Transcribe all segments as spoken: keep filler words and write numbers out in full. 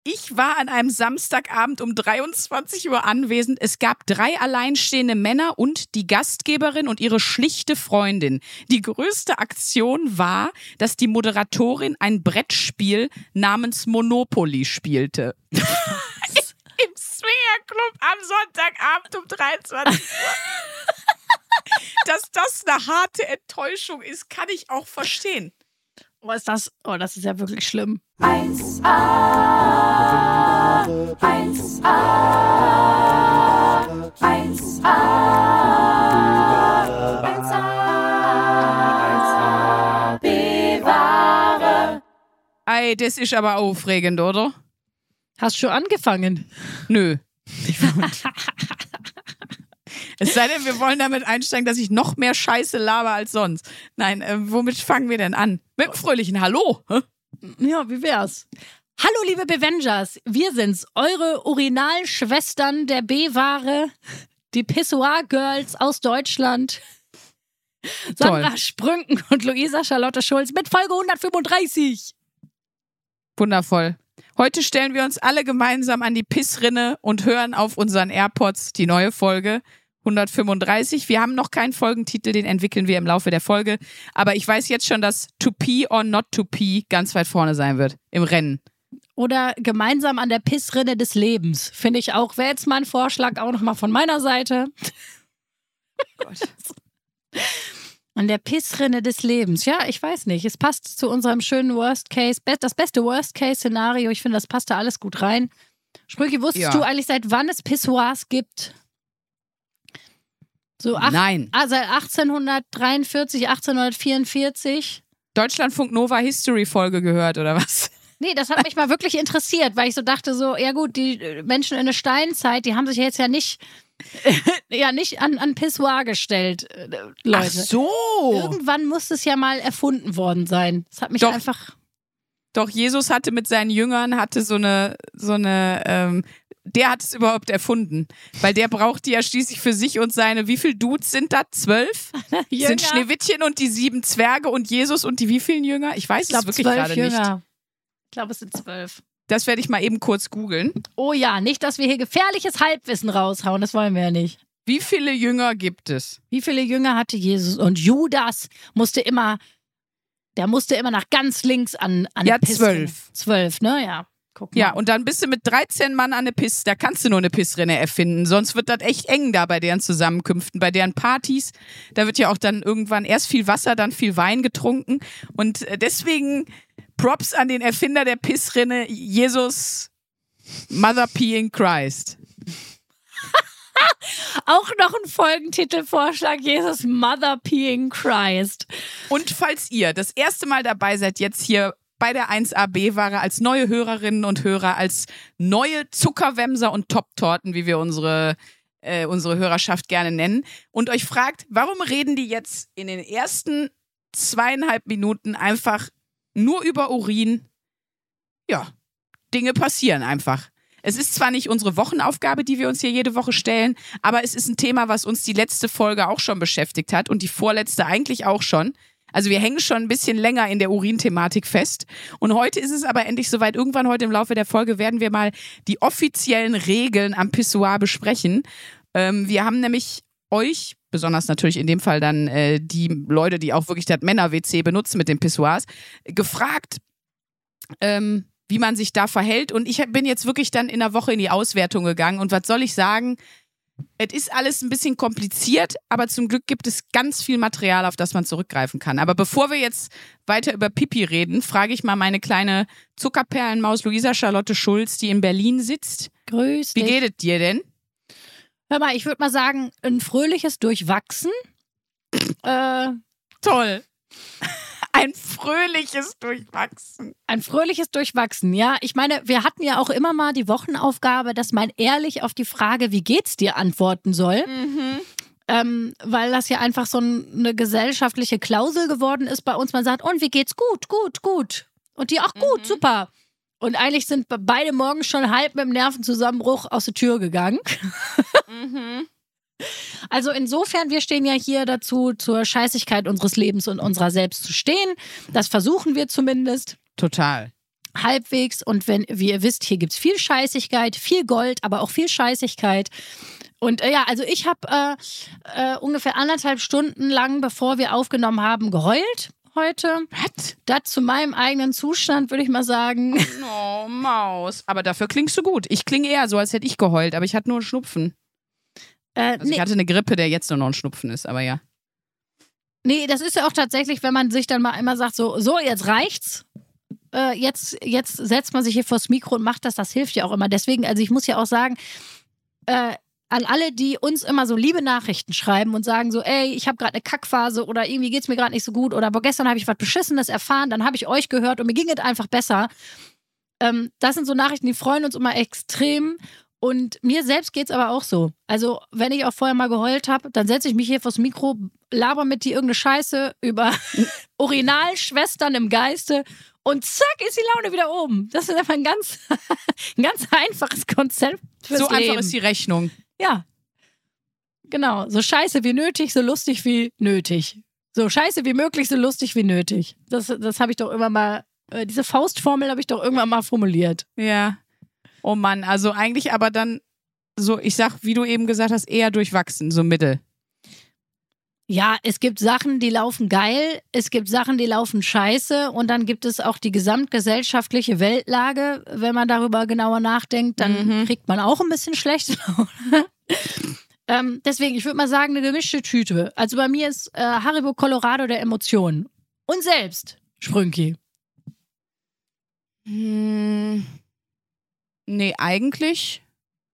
Ich war an einem Samstagabend um dreiundzwanzig Uhr anwesend. Es gab drei alleinstehende Männer und die Gastgeberin und ihre schlichte Freundin. Die größte Aktion war, dass die Moderatorin ein Brettspiel namens Monopoly spielte. Im Swingerclub am Sonntagabend um dreiundzwanzig Uhr. Dass das eine harte Enttäuschung ist, kann ich auch verstehen. Oh, ist das, oh, das ist ja wirklich schlimm. eins a, eins a, eins a, eins a, bewahre. Ey, das ist aber aufregend, oder? Hast schon angefangen? Nö. Es sei denn, wir wollen damit einsteigen, dass ich noch mehr Scheiße laber als sonst. Nein, äh, womit fangen wir denn an? Mit einem fröhlichen Hallo. Hä? Ja, wie wär's? Hallo, liebe Bevengers. Wir sind's, eure Urinalschwestern der B-Ware, die Pissoir-Girls aus Deutschland. Sandra Toll. Sprünken und Luisa Charlotte Schulz mit Folge hundertfünfunddreißig. Wundervoll. Heute stellen wir uns alle gemeinsam an die Pissrinne und hören auf unseren AirPods die neue Folge hundertfünfunddreißig. Wir haben noch keinen Folgentitel, den entwickeln wir im Laufe der Folge. Aber ich weiß jetzt schon, dass To Pee or Not To Pee ganz weit vorne sein wird im Rennen. Oder gemeinsam an der Pissrinne des Lebens. Finde ich auch. Wäre jetzt mal ein Vorschlag auch nochmal von meiner Seite. Gott. An der Pissrinne des Lebens. Ja, ich weiß nicht. Es passt zu unserem schönen Worst Case. Das beste Worst Case Szenario. Ich finde, das passt da alles gut rein. Sprüche, wusstest Ja. du eigentlich, seit wann es Pissoirs gibt? So acht, Nein. Ah, seit achtzehnhundertdreiundvierzig, achtzehnhundertvierundvierzig. Deutschlandfunk Nova History Folge gehört, oder was? Nee, das hat mich mal wirklich interessiert, weil ich so dachte, so, ja gut, die Menschen in der Steinzeit, die haben sich jetzt ja nicht, ja, nicht an, an Pissoir gestellt, äh, Leute. Ach so. Irgendwann muss es ja mal erfunden worden sein. Das hat mich Doch. einfach. Doch, Jesus hatte mit seinen Jüngern, hatte so eine, so eine, ähm, der hat es überhaupt erfunden. Weil der brauchte ja schließlich für sich und seine, wie viele Dudes sind da? Zwölf? Jünger. Sind Schneewittchen und die sieben Zwerge und Jesus und die wie vielen Jünger? Ich weiß Ich glaube, es wirklich zwölf gerade nicht. Jünger. Ich glaube, es sind zwölf. Das werde ich mal eben kurz googeln. Oh ja, nicht, dass wir hier gefährliches Halbwissen raushauen. Das wollen wir ja nicht. Wie viele Jünger gibt es? Wie viele Jünger hatte Jesus? Und Judas musste immer, der musste immer nach ganz links an, an Ja, eine Pissrinne. zwölf. Zwölf, ne? Ja. Guck mal. Ja, und dann bist du mit dreizehn Mann an eine Piss, da kannst du nur eine Pissrinne erfinden, sonst wird das echt eng da bei deren Zusammenkünften, bei deren Partys. Da wird ja auch dann irgendwann erst viel Wasser, dann viel Wein getrunken und deswegen Props an den Erfinder der Pissrinne, Jesus Mother Peeing Christ. Auch noch ein Folgentitelvorschlag, Jesus Mother Peeing Christ. Und falls ihr das erste Mal dabei seid, jetzt hier bei der eins A B-Ware als neue Hörerinnen und Hörer, als neue Zuckerwämser und Top-Torten, wie wir unsere, äh, unsere Hörerschaft gerne nennen, und euch fragt, warum reden die jetzt in den ersten zweieinhalb Minuten einfach nur über Urin? Ja, Dinge passieren einfach. Es ist zwar nicht unsere Wochenaufgabe, die wir uns hier jede Woche stellen, aber es ist ein Thema, was uns die letzte Folge auch schon beschäftigt hat und die vorletzte eigentlich auch schon. Also wir hängen schon ein bisschen länger in der Urin-Thematik fest. Und heute ist es aber endlich soweit. Irgendwann heute im Laufe der Folge werden wir mal die offiziellen Regeln am Pissoir besprechen. Ähm, wir haben nämlich euch, besonders natürlich in dem Fall dann äh, die Leute, die auch wirklich das Männer-W C benutzen mit den Pissoirs, gefragt, ähm, wie man sich da verhält. Und ich bin jetzt wirklich dann in der Woche in die Auswertung gegangen. Und was soll ich sagen? Es ist alles ein bisschen kompliziert, aber zum Glück gibt es ganz viel Material, auf das man zurückgreifen kann. Aber bevor wir jetzt weiter über Pipi reden, frage ich mal meine kleine Zuckerperlenmaus Luisa Charlotte Schulz, die in Berlin sitzt. Grüß dich. Wie geht es dir denn? Hör mal, ich würde mal sagen, ein fröhliches Durchwachsen. äh, Toll. Ein fröhliches Durchwachsen. Ein fröhliches Durchwachsen, ja. Ich meine, wir hatten ja auch immer mal die Wochenaufgabe, dass man ehrlich auf die Frage, wie geht's dir, antworten soll. Mhm. Ähm, weil das ja einfach so eine gesellschaftliche Klausel geworden ist bei uns. Man sagt, und wie geht's? Gut, gut, gut. Und die auch gut, Mhm. super. Und eigentlich sind beide morgens schon halb mit dem Nervenzusammenbruch aus der Tür gegangen. Mhm. Also insofern, wir stehen ja hier dazu, zur Scheißigkeit unseres Lebens und unserer selbst zu stehen. Das versuchen wir zumindest. Total. halbwegs. Und wenn, wie ihr wisst, hier gibt's viel Scheißigkeit, viel Gold, aber auch viel Scheißigkeit. Und äh, ja, also ich habe äh, äh, ungefähr anderthalb Stunden lang, bevor wir aufgenommen haben, geheult heute. Was? Das zu meinem eigenen Zustand, würde ich mal sagen. Oh, Maus. Aber dafür klingst du gut. Ich klinge eher so, als hätte ich geheult, aber ich hatte nur einen Schnupfen. Äh, Also nee, ich hatte eine Grippe, der jetzt nur noch ein Schnupfen ist, aber ja. nee, das ist ja auch tatsächlich, wenn man sich dann mal einmal sagt, so, so jetzt reicht's. Äh, jetzt, jetzt setzt man sich hier vors Mikro und macht das. Das hilft ja auch immer. Deswegen, also ich muss ja auch sagen, äh, an alle, die uns immer so liebe Nachrichten schreiben und sagen so, ey, ich habe gerade eine Kackphase oder irgendwie geht's mir gerade nicht so gut oder boah, gestern habe ich was Beschissenes erfahren, dann habe ich euch gehört und mir ging es einfach besser. Ähm, das sind so Nachrichten, die freuen uns immer extrem und mir selbst geht's aber auch so. Also wenn ich auch vorher mal geheult habe, dann setze ich mich hier vors Mikro, laber mit dir irgendeine Scheiße über Urinalschwestern im Geiste und zack ist die Laune wieder oben. Das ist einfach ein ganz, ein ganz einfaches Konzept fürs So Leben. einfach ist die Rechnung. Ja, genau. So scheiße wie nötig, so lustig wie nötig. So scheiße wie möglich, so lustig wie nötig. Das, das habe ich doch immer mal, äh, diese Faustformel habe ich doch irgendwann mal formuliert. Ja. Oh Mann, also eigentlich aber dann so, ich sag, wie du eben gesagt hast, eher durchwachsen, so mittel. Ja, es gibt Sachen, die laufen geil, es gibt Sachen, die laufen scheiße und dann gibt es auch die gesamtgesellschaftliche Weltlage. Wenn man darüber genauer nachdenkt, dann Mhm. kriegt man auch ein bisschen schlechte Laune. ähm, deswegen, ich würde mal sagen, eine gemischte Tüte. Also bei mir ist äh, Haribo Colorado der Emotionen. Und selbst, Sprünki. Hm. Nee, eigentlich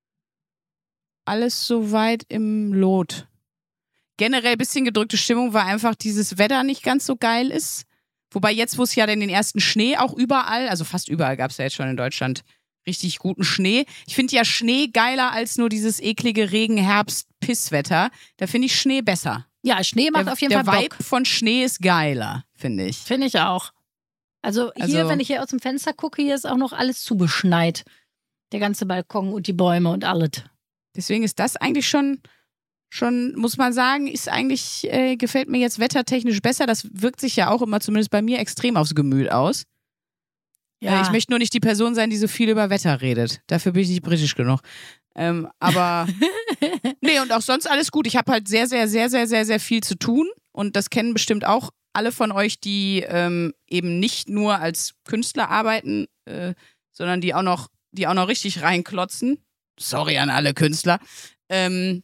alles soweit im Lot. Generell ein bisschen gedrückte Stimmung, weil einfach dieses Wetter nicht ganz so geil ist. Wobei jetzt, wo es ja dann den ersten Schnee auch überall, also fast überall gab es ja jetzt schon in Deutschland richtig guten Schnee. Ich finde ja Schnee geiler als nur dieses eklige Regen-Herbst-Pisswetter. Da finde ich Schnee besser. Ja, Schnee macht der, auf jeden der Fall Vibe Bock. von Schnee ist geiler, finde ich. Finde ich auch. Also hier, Also- wenn ich hier aus dem Fenster gucke, hier ist auch noch alles zubeschneit. Der ganze Balkon und die Bäume und alles. Deswegen ist das eigentlich schon, schon muss man sagen, ist eigentlich, äh, gefällt mir jetzt wettertechnisch besser. Das wirkt sich ja auch immer, zumindest bei mir, extrem aufs Gemüt aus. Äh, ich möchte nur nicht die Person sein, die so viel über Wetter redet. Dafür bin ich nicht britisch genug. Ähm, aber nee, und auch sonst alles gut. Ich habe halt sehr, sehr, sehr, sehr, sehr, sehr viel zu tun. Und das kennen bestimmt auch alle von euch, die ähm, eben nicht nur als Künstler arbeiten, äh, sondern die auch noch, die auch noch richtig reinklotzen. Sorry an alle Künstler. Ähm,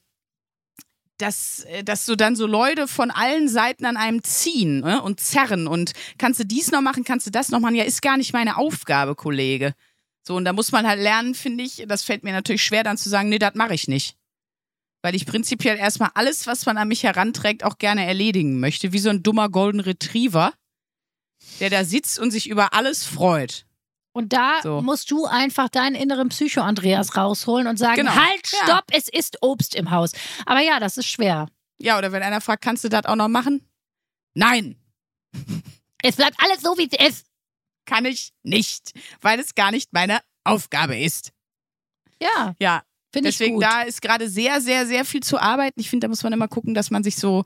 dass, äh, dass so dann so Leute von allen Seiten an einem ziehen, ne, und zerren und kannst du dies noch machen, kannst du das noch machen? Ja, ist gar nicht meine Aufgabe, Kollege. So, und da muss man halt lernen, finde ich, das fällt mir natürlich schwer dann zu sagen, nee, das mache ich nicht. Weil ich prinzipiell erstmal alles, was man an mich heranträgt, auch gerne erledigen möchte. Wie so ein dummer Golden Retriever, der da sitzt und sich über alles freut. Und da So. musst du einfach deinen inneren Psycho-Andreas rausholen und sagen, Genau. halt, Ja. stopp, es ist Obst im Haus. Aber ja, das ist schwer. Ja, oder wenn einer fragt, kannst du das auch noch machen? Nein, Es bleibt alles so, wie es ist. kann ich nicht, weil es gar nicht meine Aufgabe ist. Ja, Ja, finde ich deswegen gut. da ist gerade sehr, sehr, sehr viel zu arbeiten. Ich finde, da muss man immer gucken, dass man sich so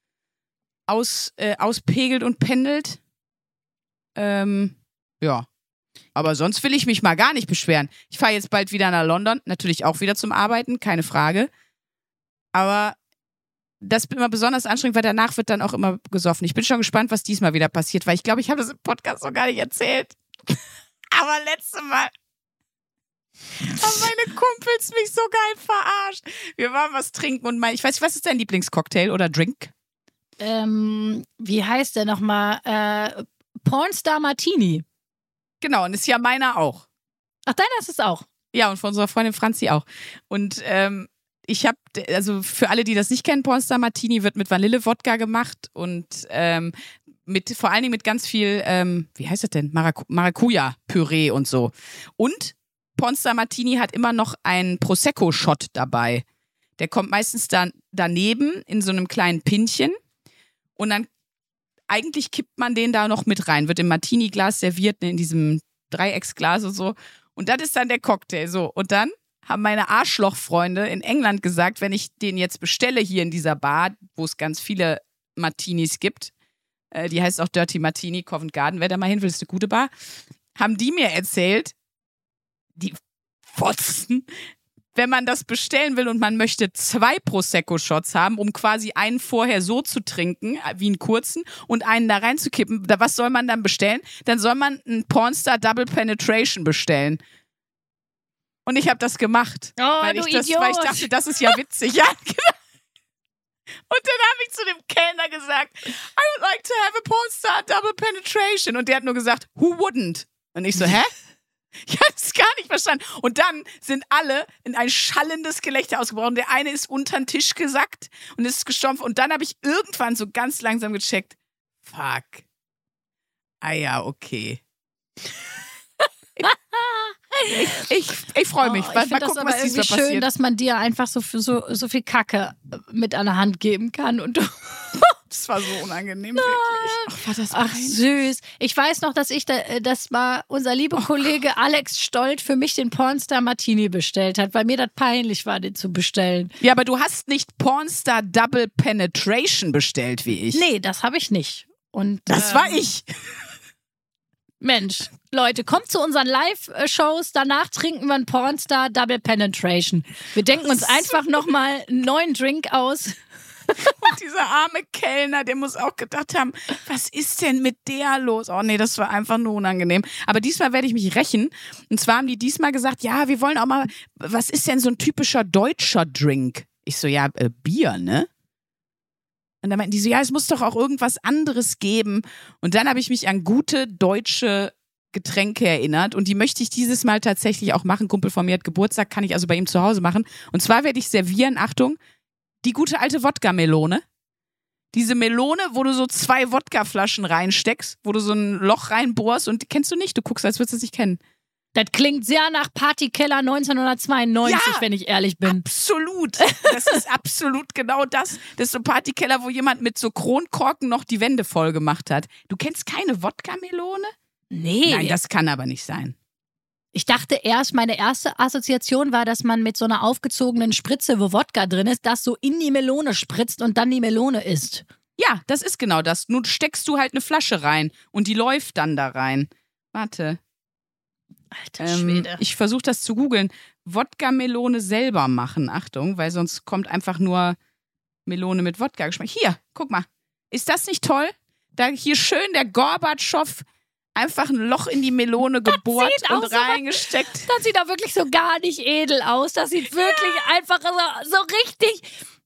aus, äh, auspegelt und pendelt. Ähm, ja. Aber sonst will ich mich mal gar nicht beschweren. Ich fahre jetzt bald wieder nach London, natürlich auch wieder zum Arbeiten, keine Frage. Aber das ist immer besonders anstrengend, weil danach wird dann auch immer gesoffen. Ich bin schon gespannt, was diesmal wieder passiert, weil ich glaube, ich habe das im Podcast noch gar nicht erzählt. Aber letztes Mal haben meine Kumpels mich so geil verarscht. Wir waren was trinken und mein, ich weiß nicht, was ist dein Lieblingscocktail oder Drink? Ähm, wie heißt der nochmal? Äh, Pornstar Martini. Genau, und ist ja meiner auch. Ach, deiner ist es auch. Ja, und von unserer Freundin Franzi auch. Und ähm, ich habe, also für alle, die das nicht kennen, Pornstar Martini wird mit Vanille-Wodka gemacht und ähm, mit, vor allen Dingen mit ganz viel, ähm, wie heißt das denn? Maracu- Maracuja-Püree und so. Und Pornstar Martini hat immer noch einen Prosecco-Shot dabei. Der kommt meistens dann daneben in so einem kleinen Pinchen und dann eigentlich kippt man den da noch mit rein, wird im Martini-Glas serviert, ne, in diesem Dreiecksglas und so. Und das ist dann der Cocktail. So. Und dann haben meine Arschlochfreunde in England gesagt, wenn ich den jetzt bestelle hier in dieser Bar, wo es ganz viele Martinis gibt, äh, die heißt auch Dirty Martini, Covent Garden, wer da mal hin will, ist eine gute Bar. haben die mir erzählt, die Fotzen, wenn man das bestellen will und man möchte zwei Prosecco-Shots haben, um quasi einen vorher so zu trinken, wie einen kurzen, und einen da reinzukippen, da, was soll man dann bestellen? Dann soll man einen Pornstar Double Penetration bestellen. Und ich habe das gemacht. Oh, weil, du ich das, Idiot. weil ich dachte, das ist ja witzig. Ja, genau. Und dann habe ich zu dem Kellner gesagt, I would like to have a Pornstar Double Penetration. Und der hat nur gesagt, who wouldn't? Und ich so, hä? Ich habe es gar nicht verstanden. Und dann sind alle in ein schallendes Gelächter ausgebrochen. Der eine ist unter den Tisch gesackt und ist gestorben. Und dann habe ich irgendwann so ganz langsam gecheckt, fuck. Ah ja, okay. Ich, ich, ich freue mich. Oh, mal ich mal finde das gucken, aber was irgendwie diesmal schön, passiert. dass man dir einfach so, so, so viel Kacke mit an der Hand geben kann. Und du Das war so unangenehm, wirklich. Ach, war das Ach, peinlich. süß. Ich weiß noch, dass ich, da, dass mal unser lieber Kollege Alex Stolt für mich den Pornstar Martini bestellt hat, weil mir das peinlich war, den zu bestellen. Ja, aber du hast nicht Pornstar Double Penetration bestellt, wie ich. Nee, das habe ich nicht. Und, Das ähm, war ich. Mensch, Leute, kommt zu unseren Live-Shows, danach trinken wir einen Pornstar Double Penetration. Wir denken uns einfach nochmal einen neuen Drink aus. Und dieser arme Kellner, der muss auch gedacht haben, was ist denn mit der los? Oh nee, das war einfach nur unangenehm. Aber diesmal werde ich mich rächen. Und zwar haben die diesmal gesagt, ja, wir wollen auch mal, was ist denn so ein typischer deutscher Drink? Ich so, ja, äh, Bier, ne? Und dann meinten die so, ja, es muss doch auch irgendwas anderes geben. Und dann habe ich mich an gute deutsche Getränke erinnert. Und die möchte ich dieses Mal tatsächlich auch machen. Kumpel von mir hat Geburtstag, kann ich also bei ihm zu Hause machen. Und zwar werde ich servieren, Achtung, die gute alte Wodka-Melone. Diese Melone, wo du so zwei Wodkaflaschen reinsteckst, wo du so ein Loch reinbohrst und die kennst du nicht. Du guckst, als würdest du es nicht kennen. Das klingt sehr nach Partykeller neunzehnhundertzweiundneunzig, Ja, wenn ich ehrlich bin. Absolut. Das ist absolut genau das. Das ist so ein Partykeller, wo jemand mit so Kronkorken noch die Wände voll gemacht hat. Du kennst keine Wodka-Melone? Nee. Nein, das kann aber nicht sein. Ich dachte erst, meine erste Assoziation war, dass man mit so einer aufgezogenen Spritze, wo Wodka drin ist, das so in die Melone spritzt und dann die Melone isst. Ja, das ist genau das. Nun steckst du halt eine Flasche rein und die läuft dann da rein. Warte. Alter Ähm, Schwede. ich versuche das zu googeln. Wodka-Melone selber machen. Achtung, weil sonst kommt einfach nur Melone mit Wodka-Geschmack. Hier, guck mal. Ist das nicht toll? Da hier schön der Gorbatschow einfach ein Loch in die Melone gebohrt sieht und aus, aber- reingesteckt. Das sieht da wirklich so gar nicht edel aus. Das sieht wirklich einfach so, so richtig,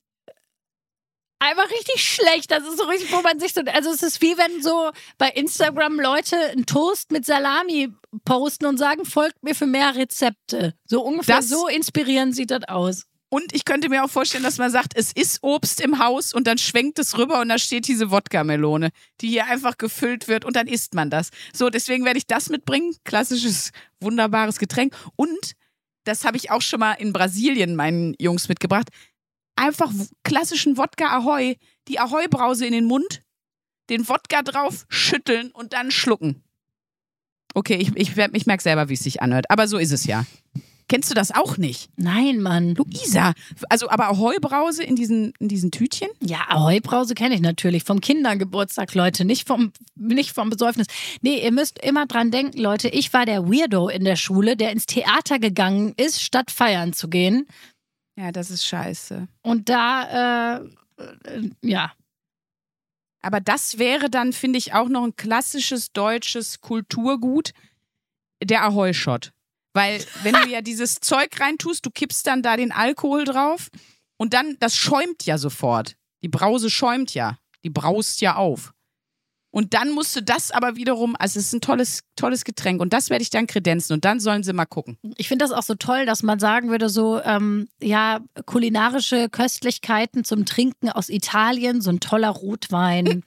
einfach richtig schlecht. Das ist so richtig, wo man sich so, also es ist wie wenn so bei Instagram Leute einen Toast mit Salami posten und sagen, folgt mir für mehr Rezepte. So ungefähr Das- so inspirierend sieht das aus. Und ich könnte mir auch vorstellen, dass man sagt, es ist Obst im Haus und dann schwenkt es rüber und da steht diese Wodka-Melone, die hier einfach gefüllt wird und dann isst man das. So, deswegen werde ich das mitbringen. Klassisches, wunderbares Getränk. Und, das habe ich auch schon mal in Brasilien meinen Jungs mitgebracht, einfach w- klassischen Wodka Ahoi, die Ahoi-Brause in den Mund, den Wodka drauf, schütteln und dann schlucken. Okay, ich, ich, werd- ich merke selber, wie es sich anhört, aber so ist es ja. Kennst du das auch nicht? Nein, Mann. Luisa, also aber Ahoi-Brause in diesen, in diesen Tütchen? Ja, Ahoi-Brause kenne ich natürlich. Vom Kindergeburtstag, Leute. Nicht vom, nicht vom Besäufnis. Nee, ihr müsst immer dran denken, Leute. Ich war der Weirdo in der Schule, der ins Theater gegangen ist, statt feiern zu gehen. Ja, das ist scheiße. Und da, äh, äh, ja. Aber das wäre dann, finde ich, auch noch ein klassisches deutsches Kulturgut, der Ahoi-Shot. Weil, wenn du ja dieses Zeug reintust, du kippst dann da den Alkohol drauf und dann, das schäumt ja sofort. Die Brause schäumt ja. Die braust ja auf. Und dann musst du das aber wiederum, also es ist ein tolles, tolles Getränk und das werde ich dann kredenzen und dann sollen sie mal gucken. Ich finde das auch so toll, dass man sagen würde, so, ähm, ja, kulinarische Köstlichkeiten zum Trinken aus Italien, so ein toller Rotwein.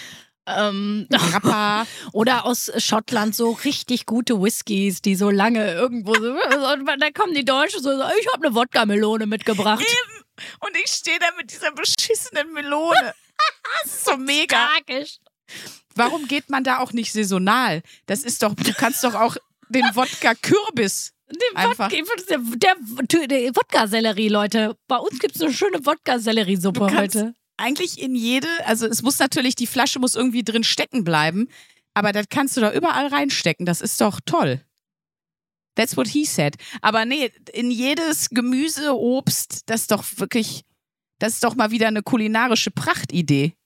ähm, Grappa. Oder aus Schottland so richtig gute Whiskys, die so lange irgendwo so. Und dann kommen die Deutschen so, ich habe eine Wodka-Melone mitgebracht. Und ich stehe da mit dieser beschissenen Melone. Das ist so mega. Tragisch. Warum geht man da auch nicht saisonal? Das ist doch, du kannst doch auch den Wodka-Kürbis Den einfach. Wodka, der, der, der Wodka-Sellerie, Leute. Bei uns gibt es eine schöne Wodka-Sellerie-Suppe Du kannst heute. eigentlich in jede, also es muss natürlich, die Flasche muss irgendwie drin stecken bleiben. Aber das kannst du doch überall reinstecken. Das ist doch toll. That's what he said. Aber nee, in jedes Gemüse, Obst, das ist doch wirklich, das ist doch mal wieder eine kulinarische Prachtidee.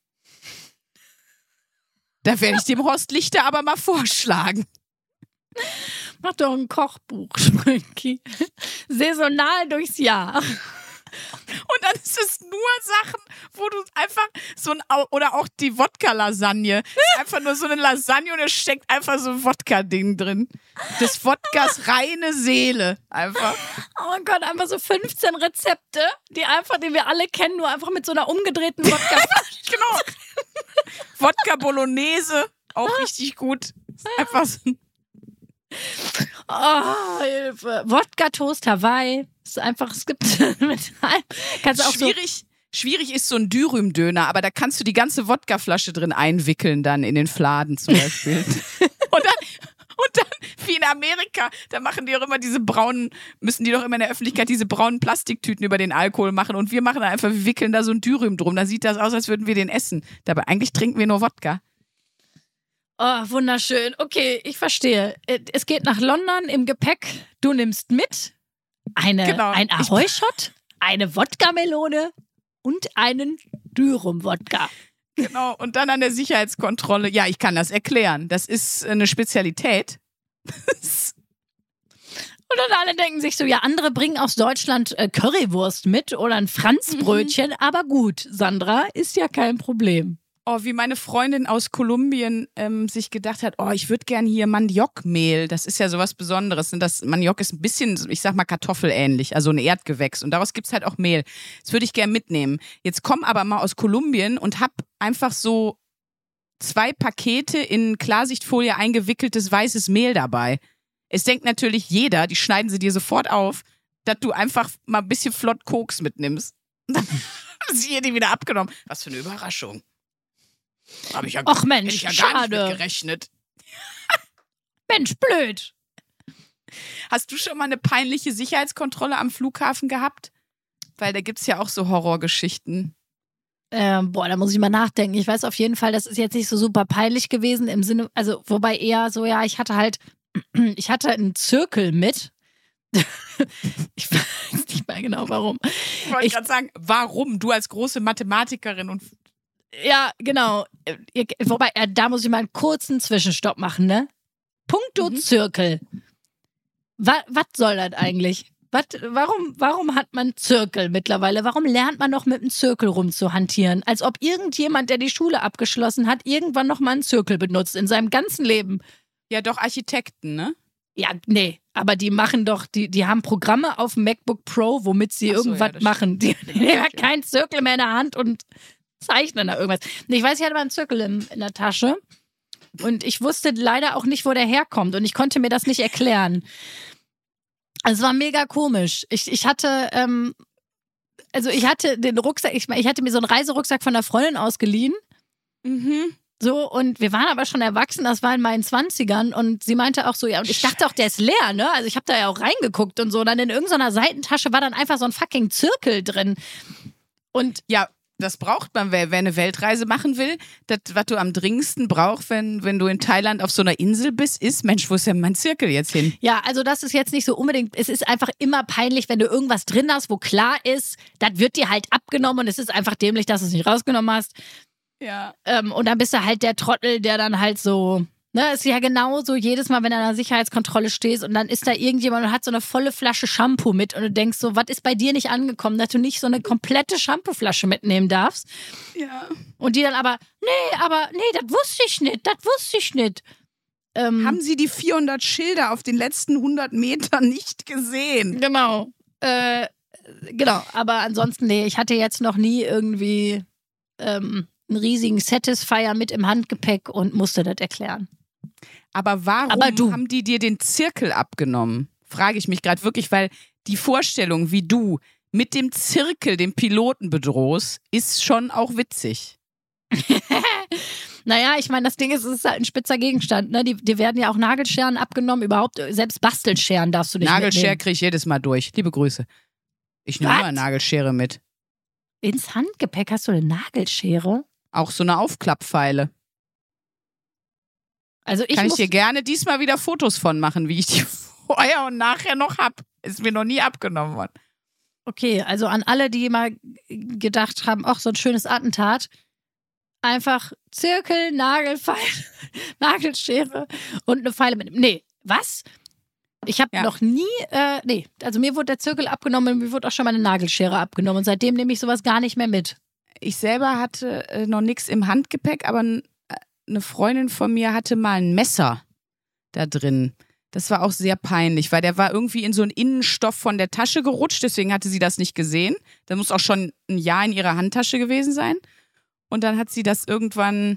Da werde ich dem Horst Lichter aber mal vorschlagen. Mach doch ein Kochbuch, Sprünki. Saisonal durchs Jahr. Und dann ist es nur Sachen, wo du einfach so ein, Au- oder auch die Wodka-Lasagne. Ist einfach nur so eine Lasagne und es steckt einfach so ein Wodka-Ding drin. Des Wodkas reine Seele. Einfach. Oh mein Gott, einfach so fünfzehn Rezepte, die einfach, die wir alle kennen, nur einfach mit so einer umgedrehten Wodka. Genau. Wodka Bolognese, auch richtig gut. Ist einfach so ein Oh, Hilfe. Wodka Toast Hawaii. Ist einfach, es gibt mit allem. Kannst du auch so. schwierig. Schwierig ist so ein Dürüm-Döner, aber da kannst du die ganze Wodkaflasche drin einwickeln, dann in den Fladen zum Beispiel. und dann, und dann, wie in Amerika, da machen die doch immer diese braunen, müssen die doch immer in der Öffentlichkeit diese braunen Plastiktüten über den Alkohol machen und wir machen da einfach, wir wickeln da so ein Dürüm drum. Da sieht das aus, als würden wir den essen. Dabei eigentlich trinken wir nur Wodka. Oh, wunderschön. Okay, ich verstehe. Es geht nach London im Gepäck. Du nimmst mit eine, Genau. ein Ahoi-Shot, eine Wodka-Melone und einen Dürüm-Wodka. Genau, und dann an der Sicherheitskontrolle. Ja, ich kann das erklären. Das ist eine Spezialität. Und dann alle denken sich so, ja, andere bringen aus Deutschland äh, Currywurst mit oder ein Franzbrötchen. Aber gut, Sandra, ist ja kein Problem. Oh, wie meine Freundin aus Kolumbien ähm, sich gedacht hat, oh, ich würde gern hier Maniokmehl. Das ist ja sowas Besonderes. Und das Maniok ist ein bisschen, ich sag mal, kartoffelähnlich, also ein Erdgewächs. Und daraus gibt's halt auch Mehl. Das würde ich gern mitnehmen. Jetzt komm aber mal aus Kolumbien und hab einfach so zwei Pakete in Klarsichtfolie eingewickeltes weißes Mehl dabei. Es denkt natürlich jeder, die schneiden sie dir sofort auf, dass du einfach mal ein bisschen flott Koks mitnimmst. Dann haben sie ihr die wieder abgenommen. Was für eine Überraschung. Habe ich ja, Och Mensch, hätte ich ja gar schade. nicht mit gerechnet. Mensch, blöd. Hast du schon mal eine peinliche Sicherheitskontrolle am Flughafen gehabt? Weil da gibt's ja auch so Horrorgeschichten. Ähm, boah, da muss ich mal nachdenken. Ich weiß auf jeden Fall, das ist jetzt nicht so super peinlich gewesen im Sinne, also wobei eher so, ja, ich hatte halt, ich hatte einen Zirkel mit. Ich weiß nicht mehr genau warum. Ich wollte Ich- gerade sagen, warum? Du als große Mathematikerin und Ja, genau. Ihr- Wobei, äh, da muss ich mal einen kurzen Zwischenstopp machen, ne? Punkto Mhm. Zirkel. Was soll das eigentlich? Wat, warum, warum hat man Zirkel mittlerweile? Warum lernt man noch mit einem Zirkel rumzuhantieren? Als ob irgendjemand, der die Schule abgeschlossen hat, irgendwann noch mal einen Zirkel benutzt in seinem ganzen Leben. ja doch Architekten, ne? Ja, nee, aber die machen doch, die, die haben Programme auf dem MacBook Pro, womit sie Ach so, irgendwas ja, das machen. Die, stimmt. die haben keinen Zirkel mehr in der Hand und zeichnen da irgendwas. Nee, ich weiß, ich hatte mal einen Zirkel im, in der Tasche und ich wusste leider auch nicht, wo der herkommt und ich konnte mir das nicht erklären. Also es war mega komisch. Ich, ich hatte, ähm, also ich hatte den Rucksack, ich, ich hatte mir so einen Reiserucksack von einer Freundin ausgeliehen. Mhm. So, und wir waren aber schon erwachsen, das war in meinen Zwanzigern und sie meinte auch so, ja, und ich dachte auch, der ist leer, ne? Also ich habe da ja auch reingeguckt und so. Und dann in irgendeiner Seitentasche war dann einfach so ein fucking Zirkel drin. Und Ja, das braucht man, wer, wer eine Weltreise machen will. Das, was du am dringendsten brauchst, wenn, wenn du in Thailand auf so einer Insel bist, ist, Mensch, wo ist denn mein Zirkel jetzt hin? ja, also das ist jetzt nicht so unbedingt, es ist einfach immer peinlich, wenn du irgendwas drin hast, wo klar ist, das wird dir halt abgenommen und es ist einfach dämlich, dass du es nicht rausgenommen hast. Ja. Ähm, und dann bist du halt der Trottel, der dann halt so, ne, ist ja genauso jedes Mal, wenn du an einer Sicherheitskontrolle stehst und dann ist da irgendjemand und hat so eine volle Flasche Shampoo mit und du denkst so, was ist bei dir nicht angekommen, dass du nicht so eine komplette Shampooflasche mitnehmen darfst? Ja. Und die dann aber, nee, aber, nee, das wusste ich nicht, das wusste ich nicht. Ähm, Haben Sie die vierhundert Schilder auf den letzten hundert Metern nicht gesehen? Genau. Äh, genau, aber ansonsten, nee, ich hatte jetzt noch nie irgendwie ähm, einen riesigen Satisfier mit im Handgepäck und musste das erklären. Aber warum Aber du- haben die dir den Zirkel abgenommen? Frage ich mich gerade wirklich, weil die Vorstellung, wie du mit dem Zirkel den Piloten bedrohst, ist schon auch witzig. Naja, ich meine, das Ding ist, es ist halt ein spitzer Gegenstand. Ne? Die, die werden ja auch Nagelscheren abgenommen, überhaupt, selbst Bastelscheren darfst du nicht Nagelschere mitnehmen. kriege ich jedes Mal durch. Liebe Grüße. Ich nehme Was? immer eine Nagelschere mit. Ins Handgepäck hast du eine Nagelschere? Auch so eine Aufklappfeile. Also ich Kann ich muss, dir gerne diesmal wieder Fotos von machen, wie ich die vorher und nachher noch hab. Ist mir noch nie abgenommen worden. okay, also an alle, die mal gedacht haben, ach, so ein schönes Attentat, einfach Zirkel, Nagelfeil, Nagelschere und eine Pfeile mit. Nee, was? Ich habe Ja. noch nie, äh, nee, also mir wurde der Zirkel abgenommen, mir wurde auch schon mal eine Nagelschere abgenommen und seitdem nehme ich sowas gar nicht mehr mit. Ich selber hatte äh, noch nichts im Handgepäck, aber n- äh, eine Freundin von mir hatte mal ein Messer da drin. Das war auch sehr peinlich, weil der war irgendwie in so einen Innenstoff von der Tasche gerutscht, deswegen hatte sie das nicht gesehen. Das muss auch schon ein Jahr in ihrer Handtasche gewesen sein. Und dann hat sie das irgendwann,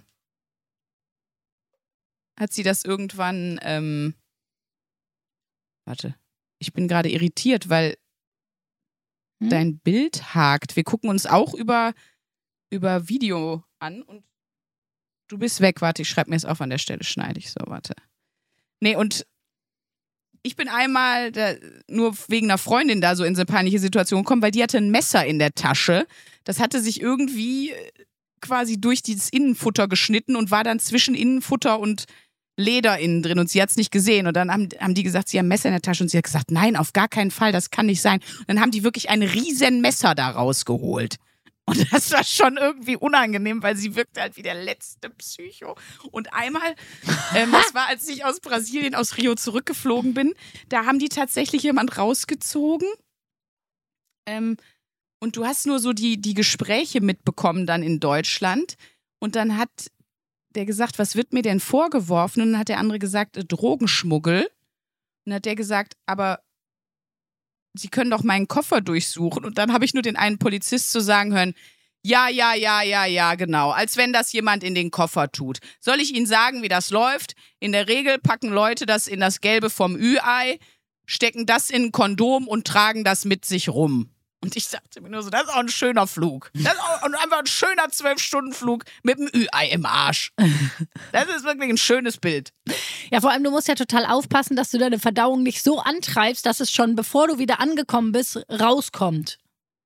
hat sie das irgendwann, ähm, warte, ich bin gerade irritiert, weil Hm? dein Bild hakt. Wir gucken uns auch über, über Video an und du bist weg. Warte, ich schreibe mir es auf an der Stelle, schneide ich so, warte. Nee, und ich bin einmal da, nur wegen einer Freundin da so in so eine peinliche Situation gekommen, weil die hatte ein Messer in der Tasche. Das hatte sich irgendwie äh, quasi durch dieses Innenfutter geschnitten und war dann zwischen Innenfutter und Leder innen drin und sie hat es nicht gesehen. Und dann haben, haben die gesagt, sie haben ein Messer in der Tasche und sie hat gesagt, nein, auf gar keinen Fall, das kann nicht sein. Und dann haben die wirklich ein riesen Messer da rausgeholt. Und das war schon irgendwie unangenehm, weil sie wirkte halt wie der letzte Psycho. Und einmal, ähm, das war, als ich aus Brasilien, aus Rio zurückgeflogen bin, da haben die tatsächlich jemand rausgezogen. Ähm, und du hast nur so die, die Gespräche mitbekommen dann in Deutschland. Und dann hat der gesagt, was wird mir denn vorgeworfen? Und dann hat der andere gesagt, äh, Drogenschmuggel. Und dann hat der gesagt, aber Sie können doch meinen Koffer durchsuchen. Und dann habe ich nur den einen Polizist zu sagen hören, ja, ja, ja, ja, ja, genau. Als wenn das jemand in den Koffer tut. Soll ich Ihnen sagen, wie das läuft? In der Regel packen Leute das in das Gelbe vom Ü-Ei, stecken das in ein Kondom und tragen das mit sich rum. Und ich dachte mir nur so, das ist auch ein schöner Flug. Das ist auch einfach ein schöner zwölf-Stunden-Flug mit dem Ü-Ei im Arsch. Das ist wirklich ein schönes Bild. Ja, vor allem, du musst ja total aufpassen, dass du deine Verdauung nicht so antreibst, dass es schon, bevor du wieder angekommen bist, rauskommt.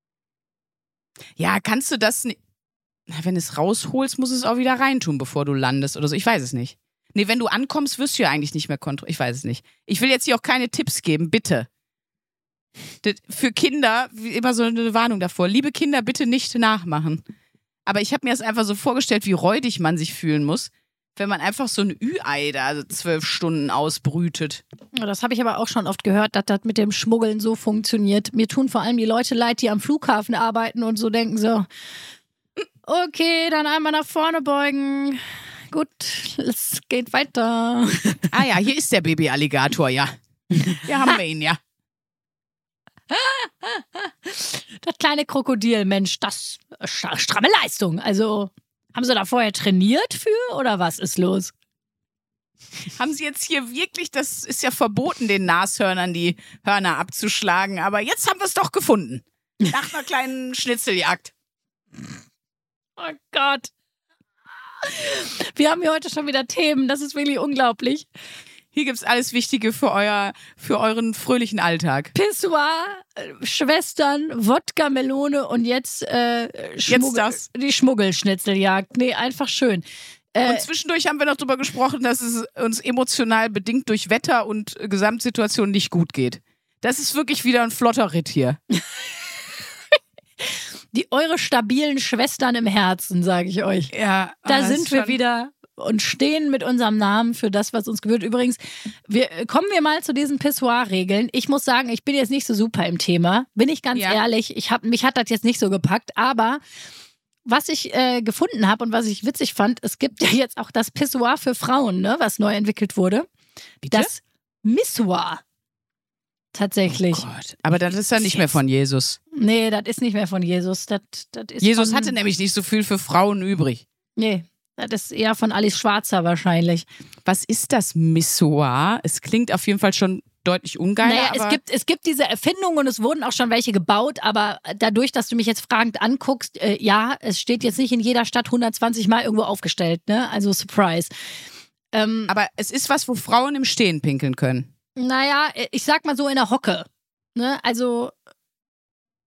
Ja, kannst du das nicht. Wenn du es rausholst, musst du es auch wieder reintun, bevor du landest oder so. Ich weiß es nicht. Nee, wenn du ankommst, wirst du ja eigentlich nicht mehr kontrolliert. Ich weiß es nicht. Ich will jetzt hier auch keine Tipps geben, bitte. Das, für Kinder, wie immer so eine Warnung davor. Liebe Kinder, bitte nicht nachmachen. Aber ich habe mir das einfach so vorgestellt, wie räudig man sich fühlen muss, wenn man einfach so ein Ü-Ei da so zwölf Stunden ausbrütet. Ja, das habe ich aber auch schon oft gehört, dass das mit dem Schmuggeln so funktioniert. Mir tun vor allem die Leute leid, die am Flughafen arbeiten und so denken so, okay, dann einmal nach vorne beugen. Gut, es geht weiter. Ah ja, hier ist der Baby-Alligator, ja. Hier haben wir ihn, ja. Das kleine Krokodil, Mensch, das ist stramme Leistung. Also, haben sie da vorher trainiert für oder was ist los? Haben sie jetzt hier wirklich, das ist ja verboten, den Nashörnern die Hörner abzuschlagen, aber jetzt haben wir es doch gefunden. Nach einer kleinen Schnitzeljagd. Oh Gott. Wir haben hier heute schon wieder Themen, das ist wirklich unglaublich. Hier gibt's alles Wichtige für euer, für euren fröhlichen Alltag. Pissoir, äh, Schwestern, Wodka, Melone und jetzt, äh, Schmuggel, das. die Schmuggelschnitzeljagd. Nee, einfach schön. Äh, Und zwischendurch haben wir noch darüber gesprochen, dass es uns emotional bedingt durch Wetter und Gesamtsituation nicht gut geht. Das ist wirklich wieder ein flotter Ritt hier. die eure stabilen Schwestern im Herzen, sage ich euch. Ja, Da das sind ist wir schon- wieder und stehen mit unserem Namen für das, was uns gebührt. Übrigens, wir, kommen wir mal zu diesen Pissoir-Regeln. Ich muss sagen, ich bin jetzt nicht so super im Thema. Bin ich ganz Ja. ehrlich. Ich hab, mich hat das jetzt nicht so gepackt. Aber was ich äh, gefunden habe und was ich witzig fand, es gibt ja jetzt auch das Pissoir für Frauen, ne, was neu entwickelt wurde. Bitte? Das Missoir. Tatsächlich. Oh Gott. Aber das ist ja nicht mehr von Jesus. Nee, das ist nicht mehr von Jesus. Das, das ist Jesus von, hatte nämlich nicht so viel für Frauen übrig. Nee, das ist eher von Alice Schwarzer wahrscheinlich. Was ist das Missoir? Es klingt auf jeden Fall schon deutlich ungeiler. Naja, aber es gibt, es gibt diese Erfindung und es wurden auch schon welche gebaut, aber dadurch, dass du mich jetzt fragend anguckst, äh, ja, es steht jetzt nicht in jeder Stadt hundertzwanzig Mal irgendwo aufgestellt, ne? Also Surprise. Ähm, aber es ist was, wo Frauen im Stehen pinkeln können. naja, ich sag mal so in der Hocke. Ne? Also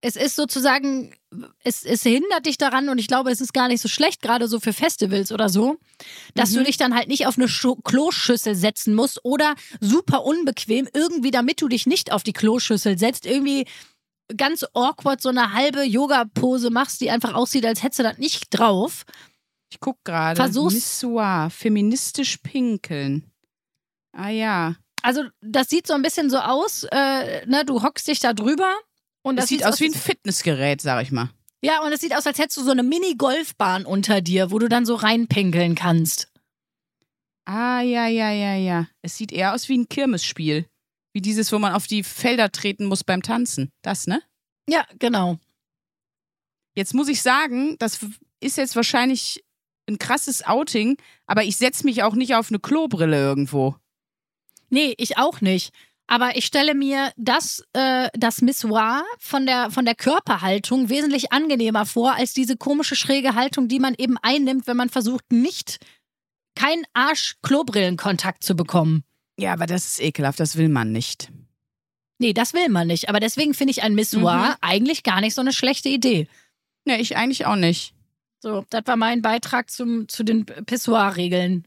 es ist sozusagen, es, es hindert dich daran und ich glaube, es ist gar nicht so schlecht, gerade so für Festivals oder so, dass Mhm. du dich dann halt nicht auf eine Scho- Kloschüssel setzen musst oder super unbequem, irgendwie, damit du dich nicht auf die Kloschüssel setzt, irgendwie ganz awkward so eine halbe Yoga-Pose machst, die einfach aussieht, als hättest du das nicht drauf. Ich guck gerade. Versuch's. Missoir, feministisch pinkeln. Ah ja. Also das sieht so ein bisschen so aus, äh, ne, du hockst dich da drüber und das Das sieht aus wie ein Fitnessgerät, sag ich mal. Ja, und es sieht aus, als hättest du so eine Mini-Golfbahn unter dir, wo du dann so reinpinkeln kannst. Ah, ja, ja, ja, ja. Es sieht eher aus wie ein Kirmesspiel. Wie dieses, wo man auf die Felder treten muss beim Tanzen. Das, ne? Ja, genau. Jetzt muss ich sagen, das ist jetzt wahrscheinlich ein krasses Outing, aber ich setze mich auch nicht auf eine Klobrille irgendwo. Nee, ich auch nicht. Aber ich stelle mir das, äh, das Missoir von der, von der Körperhaltung wesentlich angenehmer vor, als diese komische schräge Haltung, die man eben einnimmt, wenn man versucht, nicht keinen Arsch-Klobrillenkontakt zu bekommen. Ja, aber das ist ekelhaft, das will man nicht. Nee, das will man nicht. Aber deswegen finde ich ein Missoir Mhm. eigentlich gar nicht so eine schlechte Idee. Ja, ich eigentlich auch nicht. So, das war mein Beitrag zum, zu den Pissoir-Regeln.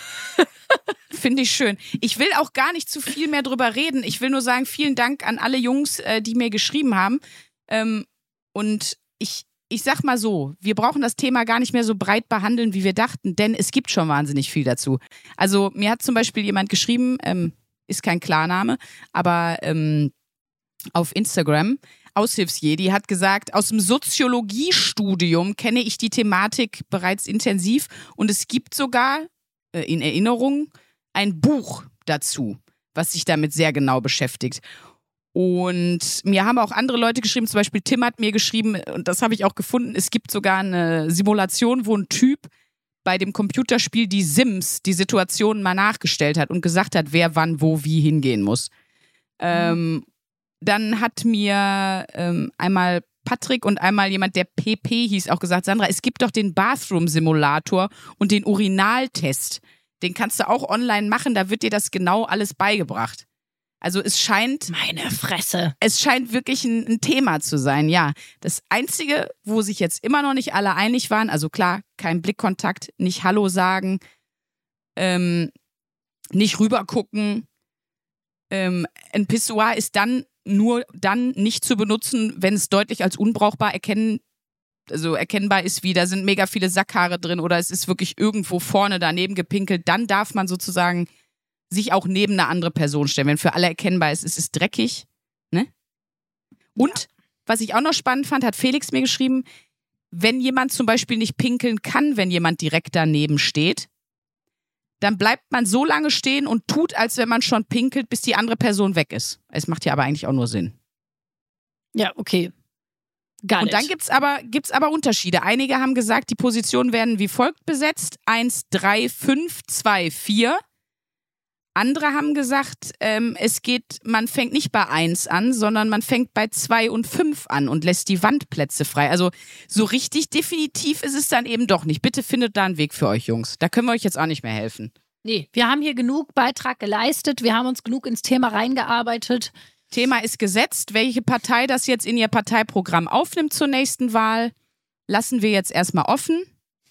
Finde ich schön. Ich will auch gar nicht zu viel mehr drüber reden. Ich will nur sagen, vielen Dank an alle Jungs, äh, die mir geschrieben haben. Ähm, und ich, ich sag mal so, wir brauchen das Thema gar nicht mehr so breit behandeln, wie wir dachten, denn es gibt schon wahnsinnig viel dazu. Also mir hat zum Beispiel jemand geschrieben, ähm, ist kein Klarname, aber ähm, auf Instagram, Aushilfsjedi, hat gesagt, aus dem Soziologiestudium kenne ich die Thematik bereits intensiv und es gibt sogar äh, in Erinnerung ein Buch dazu, was sich damit sehr genau beschäftigt. Und mir haben auch andere Leute geschrieben, zum Beispiel Tim hat mir geschrieben, und das habe ich auch gefunden, es gibt sogar eine Simulation, wo ein Typ bei dem Computerspiel Die Sims die Situation mal nachgestellt hat und gesagt hat, wer wann wo wie hingehen muss. Ähm, dann hat mir ähm, einmal Patrick und einmal jemand, der P P hieß, auch gesagt, Sandra, es gibt doch den Bathroom-Simulator und den Urinaltest. Den kannst du auch online machen, da wird dir das genau alles beigebracht. Also es scheint, Meine Fresse. es scheint wirklich ein, ein Thema zu sein, ja. Das Einzige, wo sich jetzt immer noch nicht alle einig waren, also klar, kein Blickkontakt, nicht Hallo sagen, ähm, nicht rübergucken. Ähm, ein Pissoir ist dann nur dann nicht zu benutzen, wenn es deutlich als unbrauchbar erkennen, also erkennbar ist, wie da sind mega viele Sackhaare drin oder es ist wirklich irgendwo vorne daneben gepinkelt. Dann darf man sozusagen sich auch neben eine andere Person stellen. Wenn für alle erkennbar ist, es ist dreckig. Ne? Und, ja. Was ich auch noch spannend fand, hat Felix mir geschrieben, wenn jemand zum Beispiel nicht pinkeln kann, wenn jemand direkt daneben steht, dann bleibt man so lange stehen und tut, als wenn man schon pinkelt, bis die andere Person weg ist. Es macht ja aber eigentlich auch nur Sinn. Ja, okay. Gar und nicht. dann gibt's aber, gibt's aber Unterschiede. Einige haben gesagt, die Positionen werden wie folgt besetzt. eins, drei, fünf, zwei, vier. Andere haben gesagt, ähm, es geht, man fängt nicht bei eins an, sondern man fängt bei zwei und fünf an und lässt die Wandplätze frei. Also so richtig definitiv ist es dann eben doch nicht. Bitte findet da einen Weg für euch, Jungs. Da können wir euch jetzt auch nicht mehr helfen. Nee, wir haben hier genug Beitrag geleistet. Wir haben uns genug ins Thema reingearbeitet. Thema ist gesetzt. Welche Partei das jetzt in ihr Parteiprogramm aufnimmt zur nächsten Wahl, lassen wir jetzt erstmal offen.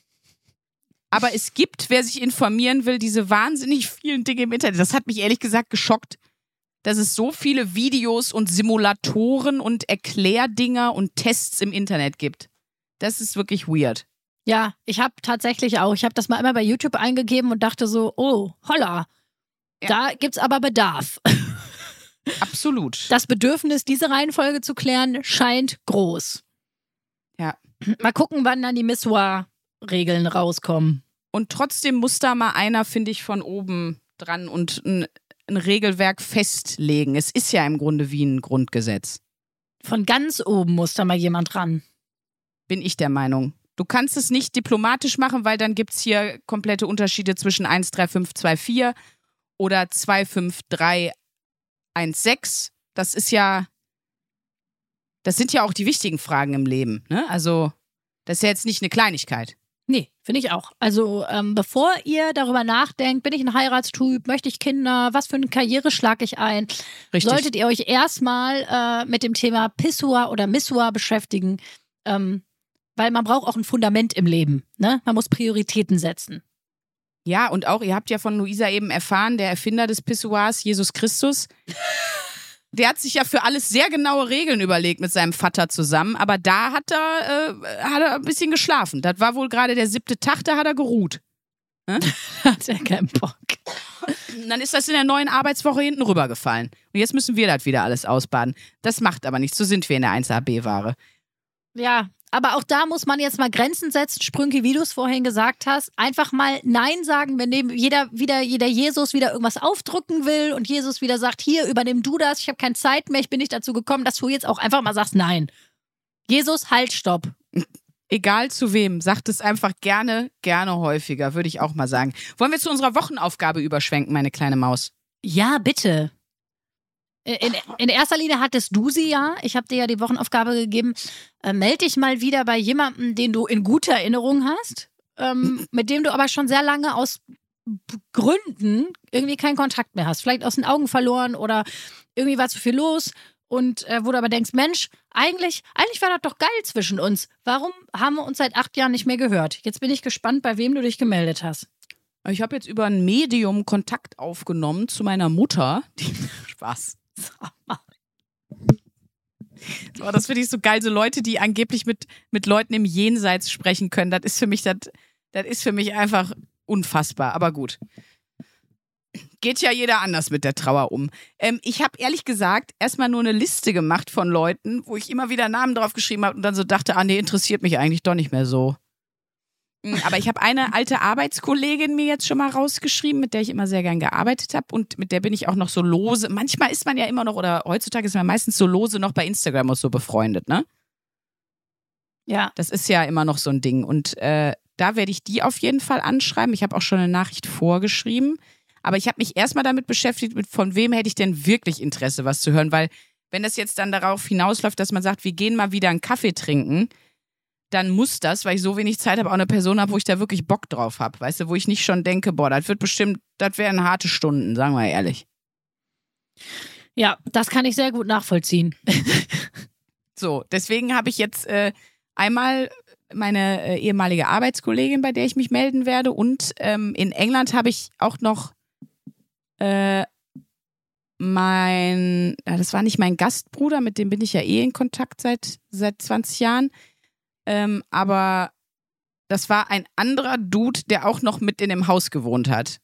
Aber es gibt, wer sich informieren will, diese wahnsinnig vielen Dinge im Internet. Das hat mich ehrlich gesagt geschockt, dass es so viele Videos und Simulatoren und Erklärdinger und Tests im Internet gibt. Das ist wirklich weird. Ja, ich habe tatsächlich auch, ich habe das mal immer bei YouTube eingegeben und dachte so, oh, holla, Ja. da gibt's aber Bedarf. Absolut. Das Bedürfnis, diese Reihenfolge zu klären, scheint groß. Ja. Mal gucken, wann dann die Missoir-Regeln rauskommen. Und trotzdem muss da mal einer, finde ich, von oben dran und ein, ein Regelwerk festlegen. Es ist ja im Grunde wie ein Grundgesetz. Von ganz oben muss da mal jemand ran. Bin ich der Meinung. Du kannst es nicht diplomatisch machen, weil dann gibt es hier komplette Unterschiede zwischen eins, drei, fünf, zwei, vier oder zwei, fünf, drei, eins, sechs. Das ist ja, das sind ja auch die wichtigen Fragen im Leben. Ne? Also, das ist ja jetzt nicht eine Kleinigkeit. Nee, finde ich auch. Also ähm, bevor ihr darüber nachdenkt, bin ich ein Heiratstyp, möchte ich Kinder, was für eine Karriere schlage ich ein, Richtig. solltet ihr euch erstmal äh, mit dem Thema Pissoir oder Missoir beschäftigen, ähm, weil man braucht auch ein Fundament im Leben. Ne? Man muss Prioritäten setzen. Ja, und auch, ihr habt ja von Luisa eben erfahren, der Erfinder des Pissoirs, Jesus Christus, der hat sich ja für alles sehr genaue Regeln überlegt mit seinem Vater zusammen, aber da hat er, äh, hat er ein bisschen geschlafen. Das war wohl gerade der siebte Tag, da hat er geruht. Ne? Hat er keinen Bock. Und dann ist das in der neuen Arbeitswoche hinten rübergefallen. Und jetzt müssen wir das wieder alles ausbaden. Das macht aber nichts, so sind wir in der eins A B-Ware. Ja, aber auch da muss man jetzt mal Grenzen setzen, Sprünki, wie du es vorhin gesagt hast. Einfach mal Nein sagen, wenn dem jeder wieder, jeder Jesus wieder irgendwas aufdrücken will und Jesus wieder sagt, hier, übernimm du das, ich habe keine Zeit mehr, ich bin nicht dazu gekommen, dass du jetzt auch einfach mal sagst Nein. Jesus, halt, stopp. Egal zu wem, sagt es einfach gerne, gerne häufiger, würde ich auch mal sagen. Wollen wir zu unserer Wochenaufgabe überschwenken, meine kleine Maus? Ja, bitte. In, in erster Linie hattest du sie ja. Ich habe dir ja die Wochenaufgabe gegeben. Äh, meld dich mal wieder bei jemandem, den du in guter Erinnerung hast, ähm, mit dem du aber schon sehr lange aus Gründen irgendwie keinen Kontakt mehr hast. Vielleicht aus den Augen verloren oder irgendwie war zu viel los. Und äh, wo du aber denkst, Mensch, eigentlich, eigentlich war das doch geil zwischen uns. Warum haben wir uns seit acht Jahren nicht mehr gehört? Jetzt bin ich gespannt, bei wem du dich gemeldet hast. Ich habe jetzt über ein Medium Kontakt aufgenommen zu meiner Mutter. Die, Spaß. Oh, das finde ich so geil. So Leute, die angeblich mit, mit Leuten im Jenseits sprechen können, das ist für mich, das, das ist für mich einfach unfassbar. Aber gut. Geht ja jeder anders mit der Trauer um. Ähm, ich habe ehrlich gesagt erstmal nur eine Liste gemacht von Leuten, wo ich immer wieder Namen drauf geschrieben habe und dann so dachte, ah nee, interessiert mich eigentlich doch nicht mehr so. Aber ich habe eine alte Arbeitskollegin mir jetzt schon mal rausgeschrieben, mit der ich immer sehr gern gearbeitet habe und mit der bin ich auch noch so lose. Manchmal ist man ja immer noch, oder heutzutage ist man meistens so lose noch bei Instagram und so befreundet, ne? Ja. Das ist ja immer noch so ein Ding und äh, da werde ich die auf jeden Fall anschreiben. Ich habe auch schon eine Nachricht vorgeschrieben, aber ich habe mich erstmal damit beschäftigt, mit von wem hätte ich denn wirklich Interesse, was zu hören, weil wenn das jetzt dann darauf hinausläuft, dass man sagt, wir gehen mal wieder einen Kaffee trinken, dann muss das, weil ich so wenig Zeit habe, auch eine Person habe, wo ich da wirklich Bock drauf habe. Weißt du, wo ich nicht schon denke, boah, das wird bestimmt, das wären harte Stunden, sagen wir ehrlich. Ja, das kann ich sehr gut nachvollziehen. So, deswegen habe ich jetzt äh, einmal meine äh, ehemalige Arbeitskollegin, bei der ich mich melden werde und ähm, in England habe ich auch noch äh, mein, ja, das war nicht mein Gastbruder, mit dem bin ich ja eh in Kontakt seit, seit zwanzig Jahren. Ähm, aber das war ein anderer Dude, der auch noch mit in dem Haus gewohnt hat.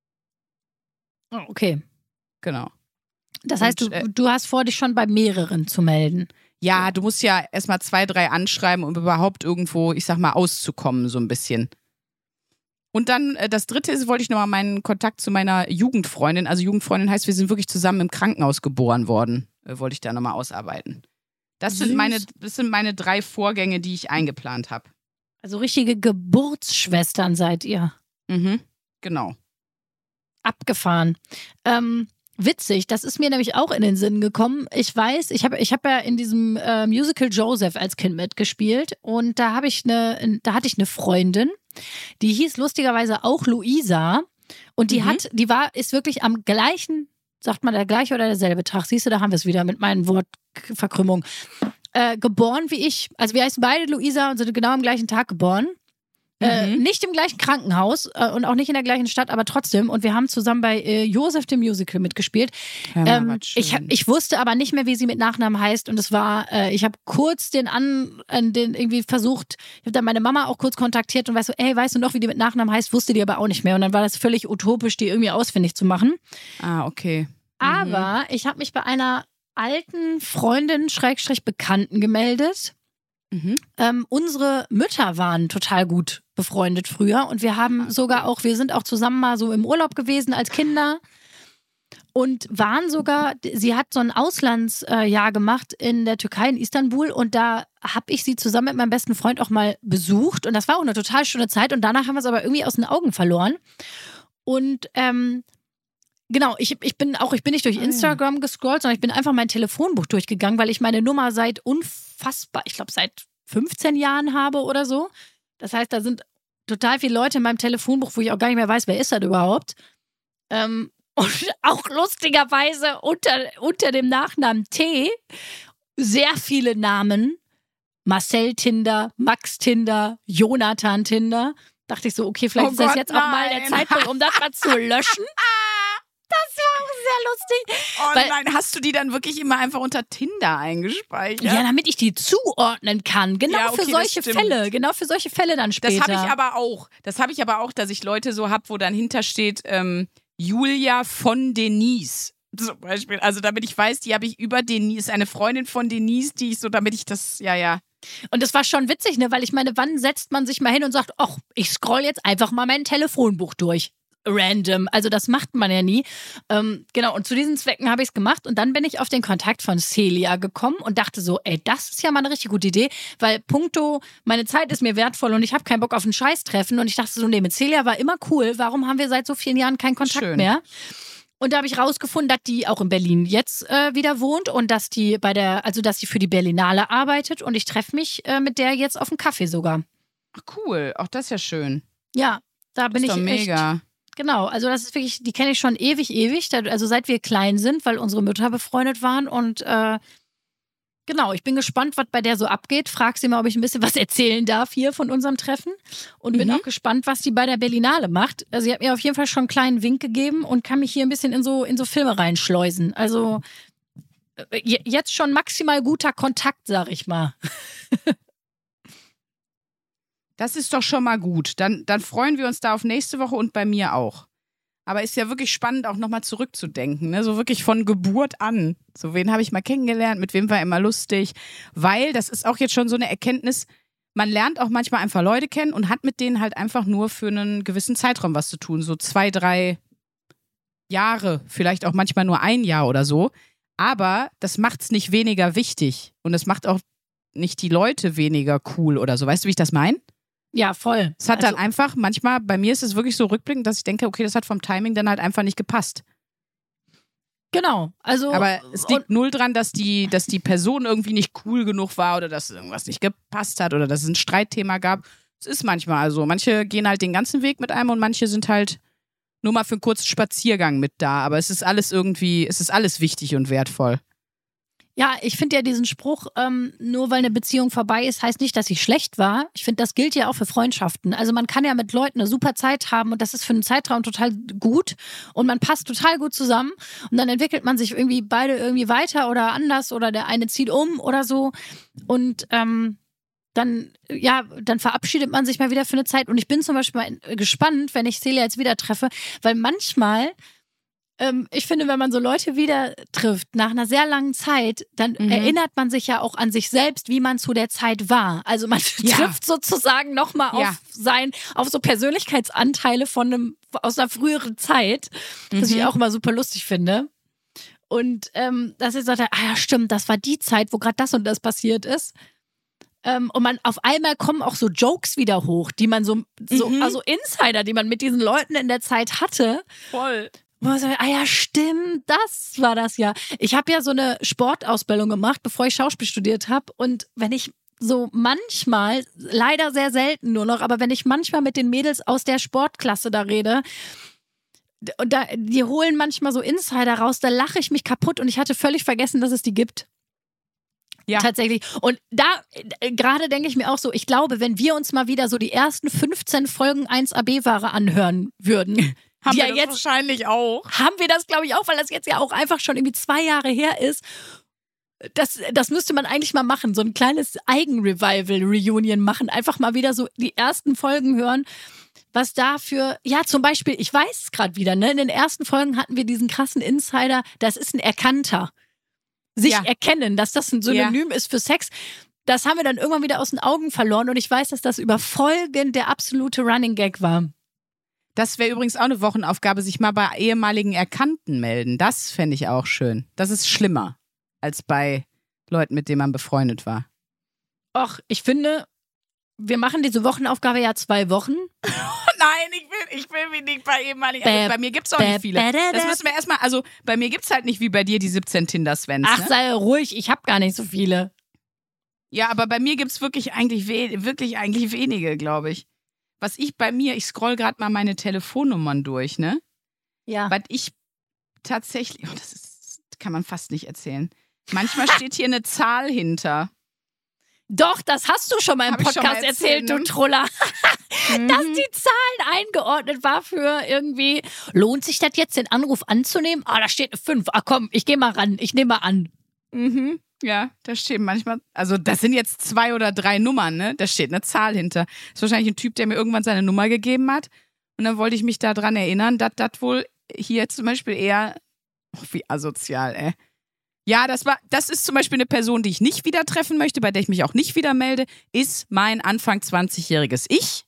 Oh, okay. Genau. Das heißt, Und, du, äh, du hast vor, dich schon bei mehreren zu melden. Ja, du musst ja erstmal zwei, drei anschreiben, um überhaupt irgendwo, ich sag mal, auszukommen, so ein bisschen. Und dann, äh, das dritte ist, wollte ich nochmal meinen Kontakt zu meiner Jugendfreundin, also Jugendfreundin heißt, wir sind wirklich zusammen im Krankenhaus geboren worden, äh, wollte ich da nochmal ausarbeiten. Das sind, meine, das sind meine drei Vorgänge, die ich eingeplant habe. Also richtige Geburtsschwestern seid ihr. Mhm, genau. Abgefahren. Ähm, witzig, das ist mir nämlich auch in den Sinn gekommen. Ich weiß, ich habe ich hab ja in diesem äh, Musical Joseph als Kind mitgespielt und da habe ich eine, da hatte ich eine Freundin, die hieß lustigerweise auch Luisa und die Mhm. hat, die war, ist wirklich am gleichen, sagt man der gleiche oder derselbe Tag, siehst du, da haben wir es wieder mit meinen Wortverkrümmungen, äh, geboren wie ich. Also wir heißen beide Luisa und sind genau am gleichen Tag geboren. Äh, Mhm. nicht im gleichen Krankenhaus äh, und auch nicht in der gleichen Stadt, aber trotzdem. Und wir haben zusammen bei äh, Joseph dem Musical mitgespielt. Hör mal, Ähm, was schön. ich, hab, ich wusste aber nicht mehr, wie sie mit Nachnamen heißt. Und es war, äh, ich habe kurz den an, an den irgendwie versucht, ich habe dann meine Mama auch kurz kontaktiert und weißt so, ey, weißt du noch, wie die mit Nachnamen heißt? Wusste die aber auch nicht mehr. Und dann war das völlig utopisch, die irgendwie ausfindig zu machen. Ah, okay. Mhm. Aber ich habe mich bei einer alten Freundin, Schrägstrich Bekannten gemeldet. Mhm. Ähm, unsere Mütter waren total gut befreundet früher und wir haben sogar auch, wir sind auch zusammen mal so im Urlaub gewesen als Kinder und waren sogar, sie hat so ein Auslandsjahr gemacht in der Türkei, in Istanbul und da habe ich sie zusammen mit meinem besten Freund auch mal besucht und das war auch eine total schöne Zeit und danach haben wir es aber irgendwie aus den Augen verloren und ähm, genau, ich, ich bin auch, ich bin nicht durch Instagram gescrollt, sondern ich bin einfach mein Telefonbuch durchgegangen, weil ich meine Nummer seit unfassbar, ich glaube seit fünfzehn Jahren habe oder so. Das heißt, da sind total viele Leute in meinem Telefonbuch, wo ich auch gar nicht mehr weiß, wer ist das überhaupt. Ähm, und auch lustigerweise unter, unter dem Nachnamen T sehr viele Namen. Marcel Tinder, Max Tinder, Jonathan Tinder. Dachte ich so, okay, vielleicht Oh ist das Gott, jetzt auch mal der nein. Zeitpunkt, um das mal zu löschen. Das war auch sehr lustig. Oh Weil- nein, hast du die dann wirklich immer einfach unter Tinder eingespeichert? Ja, damit ich die zuordnen kann. Genau Ja, okay, für das solche stimmt. Fälle. Genau für solche Fälle dann später. Das habe ich aber auch. Das habe ich aber auch, dass ich Leute so habe, wo dann hintersteht, ähm, Julia von Denise. Zum Beispiel. Also damit ich weiß, die habe ich über Denise, eine Freundin von Denise, die ich so, damit ich das, ja, ja. Und das war schon witzig, ne? Weil ich meine, wann setzt man sich mal hin und sagt, ach, ich scroll jetzt einfach mal mein Telefonbuch durch. Random. Also das macht man ja nie. Ähm, genau, und zu diesen Zwecken habe ich es gemacht. Und dann bin ich auf den Kontakt von Celia gekommen und dachte so, ey, das ist ja mal eine richtig gute Idee, weil punkto, meine Zeit ist mir wertvoll und ich habe keinen Bock auf ein Scheißtreffen. Und ich dachte so, nee, mit Celia war immer cool. Warum haben wir seit so vielen Jahren keinen Kontakt Schön. mehr? Und da habe ich rausgefunden, dass die auch in Berlin jetzt äh, wieder wohnt und dass die bei der, also dass sie für die Berlinale arbeitet und ich treffe mich äh, mit der jetzt auf einen Kaffee sogar. Ach cool, auch das ist ja schön. Ja, da bin ist ich doch mega. echt. Genau, also das ist wirklich, die kenne ich schon ewig, ewig, da- also seit wir klein sind, weil unsere Mütter befreundet waren und äh, genau, ich bin gespannt, was bei der so abgeht. Frag sie mal, ob ich ein bisschen was erzählen darf hier von unserem Treffen und bin Mhm. auch gespannt, was die bei der Berlinale macht. Also sie hat mir auf jeden Fall schon einen kleinen Wink gegeben und kann mich hier ein bisschen in so, in so Filme reinschleusen. Also äh, je- jetzt schon maximal guter Kontakt, sag ich mal. Das ist doch schon mal gut. Dann, dann freuen wir uns da auf nächste Woche und bei mir auch. Aber ist ja wirklich spannend, auch nochmal zurückzudenken, ne? So wirklich von Geburt an. So, wen habe ich mal kennengelernt, mit wem war immer lustig. Weil, das ist auch jetzt schon so eine Erkenntnis, man lernt auch manchmal einfach Leute kennen und hat mit denen halt einfach nur für einen gewissen Zeitraum was zu tun. So zwei, drei Jahre, vielleicht auch manchmal nur ein Jahr oder so. Aber das macht es nicht weniger wichtig. Und es macht auch nicht die Leute weniger cool oder so. Weißt du, wie ich das meine? Ja, voll. Es hat dann Also, einfach, manchmal, bei mir ist es wirklich so rückblickend, dass ich denke, okay, das hat vom Timing dann halt einfach nicht gepasst. genau. Also, Aber es und- liegt null dran, dass die, dass die Person irgendwie nicht cool genug war oder dass irgendwas nicht gepasst hat oder dass es ein Streitthema gab. Es ist manchmal also. Manche gehen halt den ganzen Weg mit einem und manche sind halt nur mal für einen kurzen Spaziergang mit da. Aber es ist alles irgendwie, es ist alles wichtig und wertvoll. Ja, ich finde ja diesen Spruch, ähm, nur weil eine Beziehung vorbei ist, heißt nicht, dass sie schlecht war. Ich finde, das gilt ja auch für Freundschaften. Also man kann ja mit Leuten eine super Zeit haben und das ist für einen Zeitraum total gut und man passt total gut zusammen und dann entwickelt man sich irgendwie beide irgendwie weiter oder anders oder der eine zieht um oder so und ähm, dann, ja, dann verabschiedet man sich mal wieder für eine Zeit und ich bin zum Beispiel mal gespannt, wenn ich Celia jetzt wieder treffe, weil manchmal Ähm, ich finde, wenn man so Leute wieder trifft, nach einer sehr langen Zeit, dann Mhm. erinnert man sich ja auch an sich selbst, wie man zu der Zeit war. Also man Ja. trifft sozusagen nochmal Ja. auf sein, auf so Persönlichkeitsanteile von einem, aus einer früheren Zeit, was ich Mhm. auch immer super lustig finde. Und ähm, dass ich sagte, ah ja, stimmt, das war die Zeit, wo gerade das und das passiert ist. Ähm, und man auf einmal kommen auch so Jokes wieder hoch, die man so, so Mhm. also Insider, die man mit diesen Leuten in der Zeit hatte. Voll. Wo man sagt, ah ja, stimmt, das war das ja. Ich habe ja so eine Sportausbildung gemacht, bevor ich Schauspiel studiert habe. Und wenn ich so manchmal, leider sehr selten nur noch, aber wenn ich manchmal mit den Mädels aus der Sportklasse da rede, d- und da, die holen manchmal so Insider raus, da lache ich mich kaputt und ich hatte völlig vergessen, dass es die gibt. Ja. Tatsächlich. Und da äh, gerade denke ich mir auch so, ich glaube, wenn wir uns mal wieder so die ersten fünfzehn Folgen eins A B-Ware anhören würden, Haben die wir ja das jetzt wahrscheinlich auch. haben wir das, glaube ich, auch, weil das jetzt ja auch einfach schon irgendwie zwei Jahre her ist. Das, das müsste man eigentlich mal machen, so ein kleines Eigenrevival-Reunion machen. Einfach mal wieder so die ersten Folgen hören. Was dafür, ja, zum Beispiel, ich weiß es gerade wieder, ne? In den ersten Folgen hatten wir diesen krassen Insider, das ist ein Erkannter. Sich Ja. erkennen, dass das ein Synonym ist für Sex. Das haben wir dann irgendwann wieder aus den Augen verloren und ich weiß, dass das über Folgen der absolute Running Gag war. Das wäre übrigens auch eine Wochenaufgabe, sich mal bei ehemaligen Erkannten melden. Das fände ich auch schön. Das ist schlimmer als bei Leuten, mit denen man befreundet war. Och, ich finde, wir machen diese Wochenaufgabe ja zwei Wochen. Nein, ich will, ich will mich nicht bei ehemaligen. Bäh, Also bei mir gibt's auch bäh, nicht viele. bäh, bäh, Das bäh. müssen wir erstmal, also bei mir gibt's halt nicht wie bei dir die siebzehn Tinder-Svens. Ach, Ne? sei ruhig, ich habe gar nicht so viele. Ja, aber bei mir gibt's wirklich eigentlich, we wirklich eigentlich wenige, glaube ich. was ich bei mir, ich scroll gerade mal meine Telefonnummern durch, ne? Ja. Was ich tatsächlich, oh, das ist, kann man fast nicht erzählen. Manchmal steht hier eine Zahl hinter. Doch, das hast du schon mal im Hab ich schon Podcast mal erzählt, erzählt, ne? du Truller. Mhm. Dass die Zahlen eingeordnet war für irgendwie, lohnt sich das jetzt, den Anruf anzunehmen? Ah, da steht eine fünf. Ah komm, ich gehe mal ran, ich nehme mal an. Mhm. Ja, da steht manchmal, also das sind jetzt zwei oder drei Nummern, ne? Da steht eine Zahl hinter. Das ist wahrscheinlich ein Typ, der mir irgendwann seine Nummer gegeben hat. Und dann wollte ich mich daran erinnern, dass das wohl hier zum Beispiel eher, oh, wie asozial, ey. Ja, das war, das ist zum Beispiel eine Person, die ich nicht wieder treffen möchte, bei der ich mich auch nicht wieder melde, ist mein Anfang zwanzigjähriges Ich.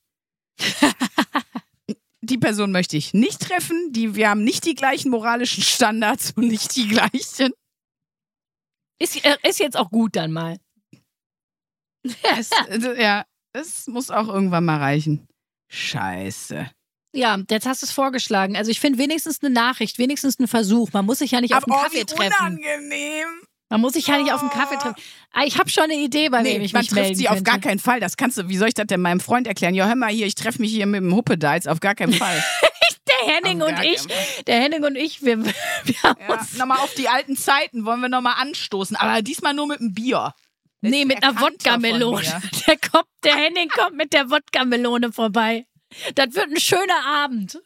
Die Person möchte ich nicht treffen. Die, wir haben nicht die gleichen moralischen Standards und nicht die gleichen. Ist, äh, ist jetzt auch gut dann mal. Es, also, ja, es muss auch irgendwann mal reichen. Scheiße. Ja, jetzt hast du es vorgeschlagen. Also ich finde wenigstens eine Nachricht, wenigstens einen Versuch. Man muss sich ja nicht auf einen Aber oh, Kaffee wie treffen. unangenehm. Man muss sich ja nicht auf einen Kaffee treffen. Ah, ich habe schon eine Idee, bei Nee, wem ich man mich trifft melden sie auf könnte. gar keinen Fall. Das kannst du, wie soll ich das denn meinem Freund erklären? Ja, hör mal hier, ich treffe mich hier mit dem Huppe da jetzt auf gar keinen Fall. Der Henning Auf und gar ich, keinen Fall. der Henning und ich, wir, wir haben Ja, uns... nochmal auf die alten Zeiten wollen wir nochmal anstoßen, aber diesmal nur mit einem Bier. Das Nee, ist mit einer erkannter von Wodka-Melone. mir. Der, kommt, der Henning kommt mit der Wodka-Melone vorbei. Das wird ein schöner Abend.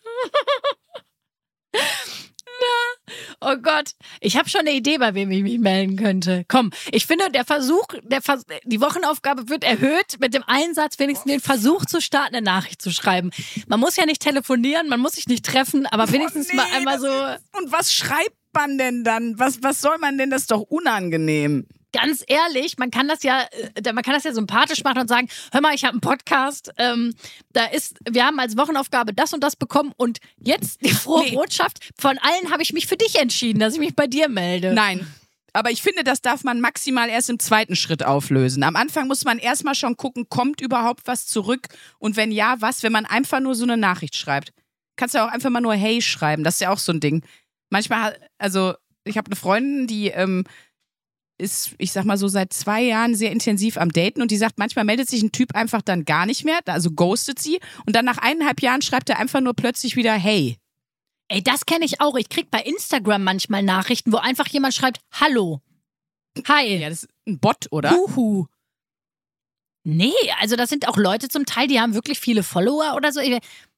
Ja. Oh Gott. Ich habe schon eine Idee, bei wem ich mich melden könnte. Komm, ich finde, der Versuch, der Vers- die Wochenaufgabe wird erhöht, mit dem Einsatz wenigstens den Versuch zu starten, eine Nachricht zu schreiben. Man muss ja nicht telefonieren, man muss sich nicht treffen, aber wenigstens Oh, nee, mal einmal das so... ist- Und was schreibt man denn dann? Was, was soll man denn? Das ist doch unangenehm. Ganz ehrlich, man kann das ja, äh, man kann das ja sympathisch machen und sagen, hör mal, ich habe einen Podcast, ähm, da ist, wir haben als Wochenaufgabe das und das bekommen und jetzt die frohe Nee. Botschaft, von allen habe ich mich für dich entschieden, dass ich mich bei dir melde. Nein. Aber ich finde, das darf man maximal erst im zweiten Schritt auflösen. Am Anfang muss man erstmal schon gucken, kommt überhaupt was zurück? Und wenn ja, was? Wenn man einfach nur so eine Nachricht schreibt. Kannst du ja auch einfach mal nur Hey schreiben. Das ist ja auch so ein Ding. Manchmal, also ich habe eine Freundin, die ähm, ist, ich sag mal so, seit zwei Jahren sehr intensiv am Daten und die sagt, manchmal meldet sich ein Typ einfach dann gar nicht mehr, also ghostet sie und dann nach eineinhalb Jahren schreibt er einfach nur plötzlich wieder Hey. Ey, das kenne ich auch. Ich krieg bei Instagram manchmal Nachrichten, wo einfach jemand schreibt, Hallo. Hi. Ja, das ist ein Bot, oder? Huhu. Nee, also das sind auch Leute zum Teil, die haben wirklich viele Follower oder so.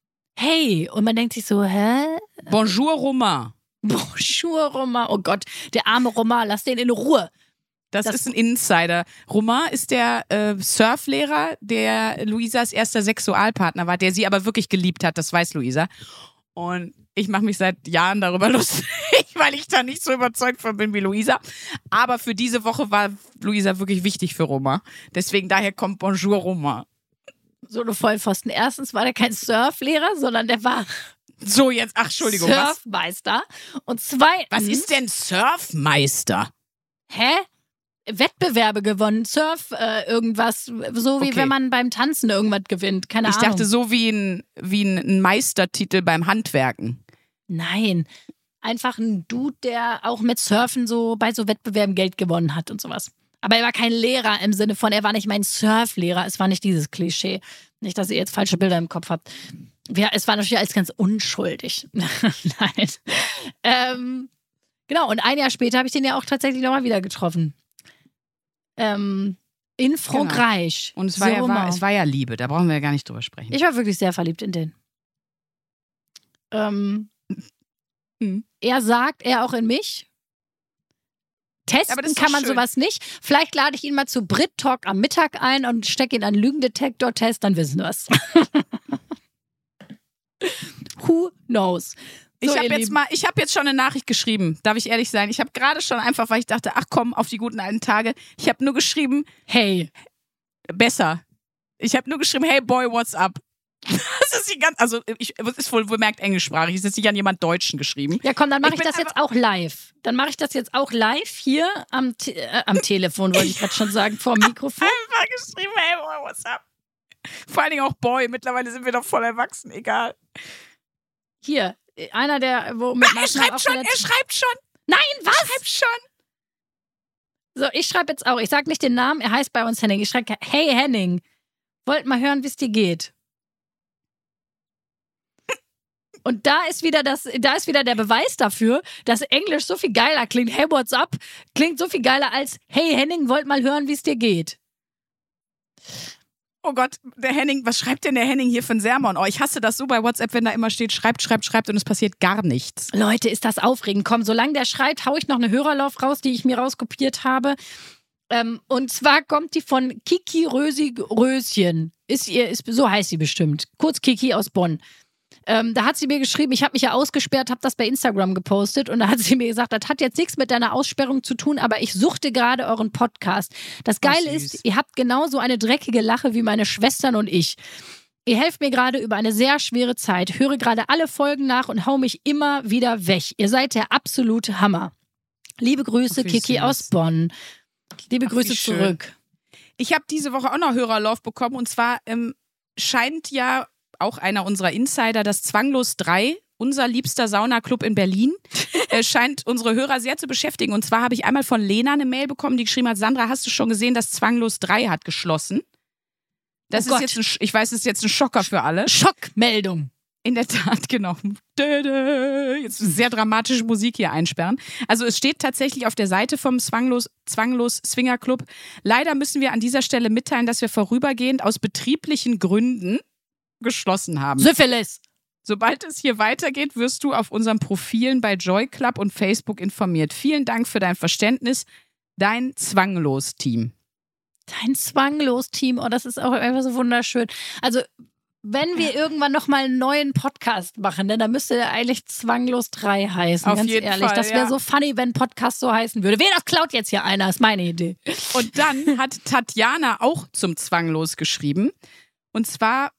Hey. Und man denkt sich so, hä? Bonjour Romain. Bonjour, Romain. Oh Gott, der arme Romain, lass den in Ruhe. Das, Das- ist ein Insider. Romain ist der äh, Surflehrer, der Luisas erster Sexualpartner war, der sie aber wirklich geliebt hat, das weiß Luisa. Und ich mache mich seit Jahren darüber lustig, weil ich da nicht so überzeugt von bin wie Luisa. Aber für diese Woche war Luisa wirklich wichtig für Romain. Deswegen daher kommt Bonjour Romain. So eine Vollpfosten. Erstens war der kein Surflehrer, sondern der war So, jetzt, ach, Entschuldigung, was, Surfmeister. Und zweitens... was ist denn Surfmeister? Hä? Wettbewerbe gewonnen, Surf, äh, irgendwas, so wie Okay. wenn man beim Tanzen irgendwas gewinnt. Keine Ich Ahnung. dachte so wie ein, wie ein Meistertitel beim Handwerken. Nein. Einfach ein Dude, der auch mit Surfen so bei so Wettbewerben Geld gewonnen hat und sowas. Aber er war kein Lehrer im Sinne von, er war nicht mein Surflehrer. Es war nicht dieses Klischee. Nicht, dass ihr jetzt falsche Bilder im Kopf habt. Ja, es war natürlich alles ganz unschuldig. Nein. Ähm, genau, und ein Jahr später habe ich den ja auch tatsächlich nochmal wieder getroffen. Ähm, in Frankreich. Und es war, ja, Romain. war, es war ja Liebe, da brauchen wir ja gar nicht drüber sprechen. Ich war wirklich sehr verliebt in den. Ähm, Mhm. Er sagt, er auch in mich. Testen Aber das ist kann doch man schön. sowas nicht. Vielleicht lade ich ihn mal zu Brit Talk am Mittag ein und stecke ihn an einen Lügendetektor-Test, dann wissen wir es. Who knows? Ich So, habe ihr jetzt Lieben. mal, ich habe jetzt schon eine Nachricht geschrieben. Darf ich ehrlich sein? Ich habe gerade schon einfach, weil ich dachte, ach komm, auf die guten alten Tage. Ich habe nur geschrieben, Hey, besser. Ich habe nur geschrieben, hey boy, what's up? Das ist die ganz, also ich, es ist wohl bemerkt englischsprachig. Es ist nicht an jemand Deutschen geschrieben. ja komm, dann mache Ich ich, bin das jetzt auch live. Dann mache ich das jetzt auch live hier am, Te äh, am Telefon, wollte ich gerade schon sagen, vor dem Mikrofon. Einfach geschrieben, hey boy, what's up? Vor allen Dingen auch boy. Mittlerweile sind wir doch voll erwachsen, egal. Hier, einer der, wo mit Ah, er Nachnamen schreibt auch schon, relativ- er schreibt schon. Nein, was? Er schreibt schon. So, ich schreibe jetzt auch. Ich sag nicht den Namen, er heißt bei uns Henning. Ich schreibe, hey Henning, wollt mal hören, wie es dir geht. Und da ist wieder das, da ist wieder der Beweis dafür, dass Englisch so viel geiler klingt. Hey, what's up? Klingt so viel geiler als Hey, Henning, wollt mal hören, wie es dir geht. Oh Gott, der Henning, was schreibt denn der Henning hier für ein Sermon? Oh, ich hasse das so bei WhatsApp, wenn da immer steht, schreibt, schreibt, schreibt und es passiert gar nichts. Leute, ist das aufregend. Komm, solange der schreibt, hau ich noch eine Hörerlauf raus, die ich mir rauskopiert habe. Ähm, und zwar kommt die von Kiki Rösi Röschen. Ist ihr, ist, so heißt sie bestimmt. Kurz Kiki aus Bonn. Ähm, da hat sie mir geschrieben, ich habe mich ja ausgesperrt, habe das bei Instagram gepostet und da hat sie mir gesagt, das hat jetzt nichts mit deiner Aussperrung zu tun, aber ich suchte gerade euren Podcast. Das Geile Ach, ist, ihr habt genauso eine dreckige Lache wie meine Schwestern und ich. Ihr helft mir gerade über eine sehr schwere Zeit, höre gerade alle Folgen nach und hau mich immer wieder weg. Ihr seid der absolute Hammer. Liebe Grüße, Ach, Kiki süß. aus Bonn. Liebe Ach, Grüße wie schön. zurück. Ich habe diese Woche auch noch Hörerlauf bekommen und zwar ähm, scheint ja auch einer unserer Insider, das Zwanglos drei, unser liebster Saunaclub in Berlin, äh, scheint unsere Hörer sehr zu beschäftigen. Und zwar habe ich einmal von Lena eine Mail bekommen, die geschrieben hat, Sandra, hast du schon gesehen, das Zwanglos drei hat geschlossen? Das Oh ist Gott. jetzt ein, Sch- ich weiß, es ist jetzt ein Schocker für alle. Schockmeldung. In der Tat, genau. Dö-dö. Jetzt sehr dramatische Musik hier einsperren. Also es steht tatsächlich auf der Seite vom Zwanglos, Zwanglos Swinger Club. Leider müssen wir an dieser Stelle mitteilen, dass wir vorübergehend aus betrieblichen Gründen geschlossen haben. Syphilis. Sobald es hier weitergeht, wirst du auf unseren Profilen bei Joy Club und Facebook informiert. Vielen Dank für dein Verständnis. Dein Zwanglos-Team. Dein Zwanglos-Team. Oh, das ist auch einfach so wunderschön. Also, wenn wir irgendwann nochmal einen neuen Podcast machen, ne, dann müsste der eigentlich Zwanglos drei heißen. Auf ganz jeden ehrlich. Fall, Das wäre ja. so funny, wenn Podcast so heißen würde. Wer das klaut jetzt hier einer, ist meine Idee. Und dann hat Tatjana auch zum Zwanglos geschrieben. Und zwar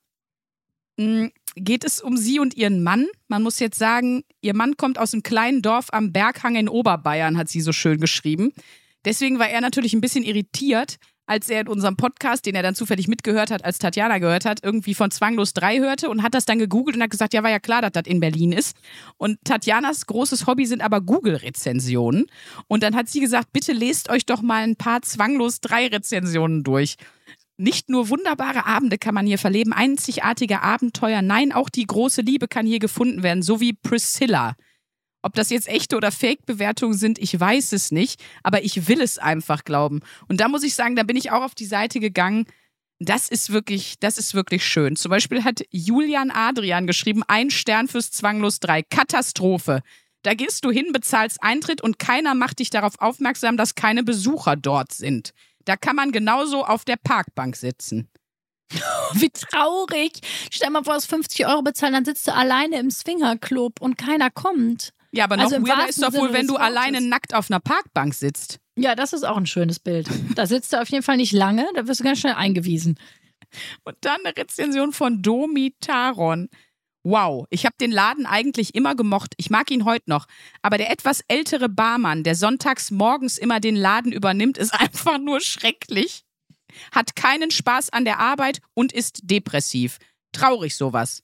mh, geht es um sie und ihren Mann. Man muss jetzt sagen, ihr Mann kommt aus einem kleinen Dorf am Berghang in Oberbayern, hat sie so schön geschrieben. Deswegen war er natürlich ein bisschen irritiert, als er in unserem Podcast, den er dann zufällig mitgehört hat, als Tatjana gehört hat, irgendwie von Zwanglos drei hörte und hat das dann gegoogelt und hat gesagt, ja, war ja klar, dass das in Berlin ist. Und Tatjanas großes Hobby sind aber Google-Rezensionen. Und dann hat sie gesagt, bitte lest euch doch mal ein paar Zwanglos drei Rezensionen durch. Nicht nur wunderbare Abende kann man hier verleben, einzigartige Abenteuer, nein, auch die große Liebe kann hier gefunden werden, so wie Priscilla. Ob das jetzt echte oder Fake-Bewertungen sind, ich weiß es nicht, aber ich will es einfach glauben. Und da muss ich sagen, da bin ich auch auf die Seite gegangen. Das ist wirklich, das ist wirklich schön. Zum Beispiel hat Julian Adrian geschrieben, ein Stern fürs Zwanglos drei. Katastrophe. Da gehst du hin, bezahlst Eintritt und keiner macht dich darauf aufmerksam, dass keine Besucher dort sind. Da kann man genauso auf der Parkbank sitzen. Wie traurig. Stell mal vor, du hast fünfzig Euro bezahlen, dann sitzt du alleine im Swingerclub und keiner kommt. Ja, aber noch Also im weirder wahrsten ist doch wohl, Sinne wenn des du alleine Wortes. nackt auf einer Parkbank sitzt. Ja, das ist auch ein schönes Bild. Da sitzt du auf jeden Fall nicht lange, da wirst du ganz schnell eingewiesen. Und dann eine Rezension von Domi Taron. Wow, ich habe den Laden eigentlich immer gemocht. Ich mag ihn heute noch. Aber der etwas ältere Barmann, der sonntags morgens immer den Laden übernimmt, ist einfach nur schrecklich. Hat keinen Spaß an der Arbeit und ist depressiv. Traurig sowas.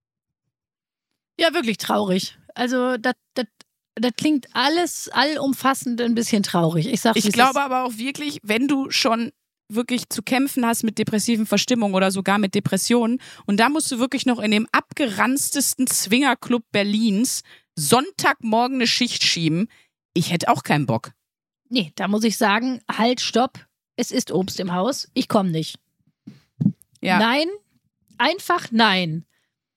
Ja, wirklich traurig. Also, das, das, das klingt alles allumfassend ein bisschen traurig. Ich sag's, Ich wie es glaube ist. aber auch wirklich, wenn du schon wirklich zu kämpfen hast mit depressiven Verstimmungen oder sogar mit Depressionen und da musst du wirklich noch in dem abgeranztesten Swingerclub Berlins Sonntagmorgen eine Schicht schieben, ich hätte auch keinen Bock. Nee, da muss ich sagen, halt, stopp. Es ist Obst im Haus. Ich komme nicht. Ja. Nein, einfach nein.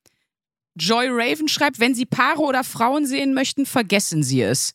Joy Raven schreibt, wenn Sie Paare oder Frauen sehen möchten, vergessen Sie es.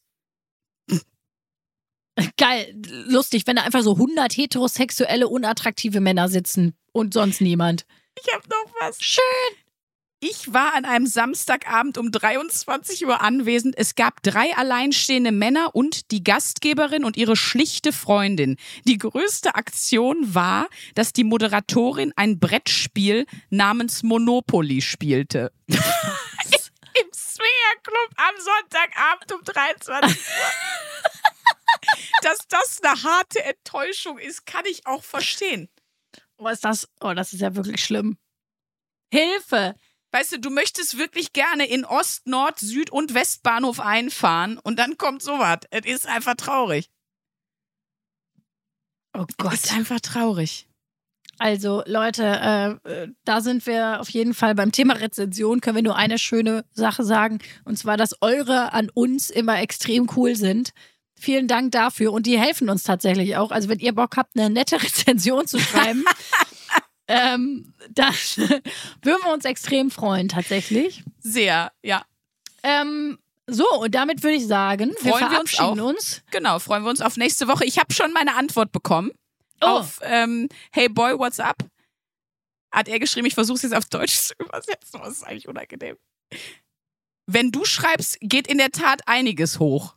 Geil, lustig, wenn da einfach so hundert heterosexuelle, unattraktive Männer sitzen und sonst niemand. Ich habe noch was. Schön. Ich war an einem Samstagabend um dreiundzwanzig Uhr anwesend. Es gab drei alleinstehende Männer und die Gastgeberin und ihre schlichte Freundin. Die größte Aktion war, dass die Moderatorin ein Brettspiel namens Monopoly spielte. Im Swingerclub am Sonntagabend um dreiundzwanzig Uhr. Dass das eine harte Enttäuschung ist, kann ich auch verstehen. Was ist das? Oh, das ist ja wirklich schlimm. Hilfe! Weißt du, du möchtest wirklich gerne in Ost-, Nord-, Süd- und Westbahnhof einfahren und dann kommt sowas. Es ist einfach traurig. Oh Es Gott. ist einfach traurig. Also Leute, äh, da sind wir auf jeden Fall beim Thema Rezension, können wir nur eine schöne Sache sagen, und zwar, dass eure an uns immer extrem cool sind. Vielen Dank dafür, und die helfen uns tatsächlich auch. Also wenn ihr Bock habt, eine nette Rezension zu schreiben, ähm, da würden wir uns extrem freuen tatsächlich. Sehr, ja. Ähm, so, und damit würde ich sagen, wir Freuen wir uns verabschieden auch. uns. Genau, freuen wir uns auf nächste Woche. Ich habe schon meine Antwort bekommen. Oh. Auf ähm, Hey Boy, what's up? Hat er geschrieben, ich versuche es jetzt auf Deutsch zu übersetzen. Das ist eigentlich unangenehm. Wenn du schreibst, geht in der Tat einiges hoch.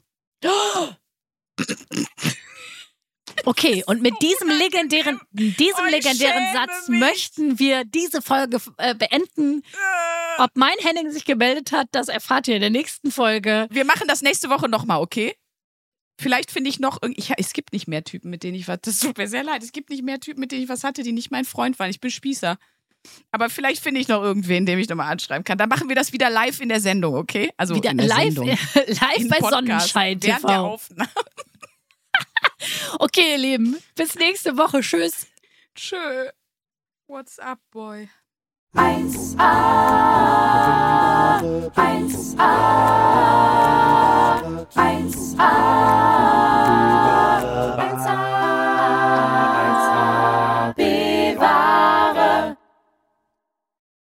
Okay, und mit diesem legendären, diesem Oh, ich legendären schäme Satz mich. möchten wir diese Folge äh, beenden. Ob mein Henning sich gemeldet hat, das erfahrt ihr in der nächsten Folge. Wir machen das nächste Woche nochmal, okay? Vielleicht finde ich noch irgendwie. Es gibt nicht mehr Typen, mit denen ich was. Das tut mir sehr leid. Es gibt nicht mehr Typen, mit denen ich was hatte, die nicht mein Freund waren. Ich bin Spießer. Aber vielleicht finde ich noch irgendwen, dem ich nochmal anschreiben kann. Dann machen wir das wieder live in der Sendung, okay? Also Wieder in der live, Sendung. live Im bei Podcast, Sonnenschein während T der V. Aufnahme. Okay, ihr Lieben, bis nächste Woche. Tschüss. Tschö. What's up, boy? eins A, eins A, eins A.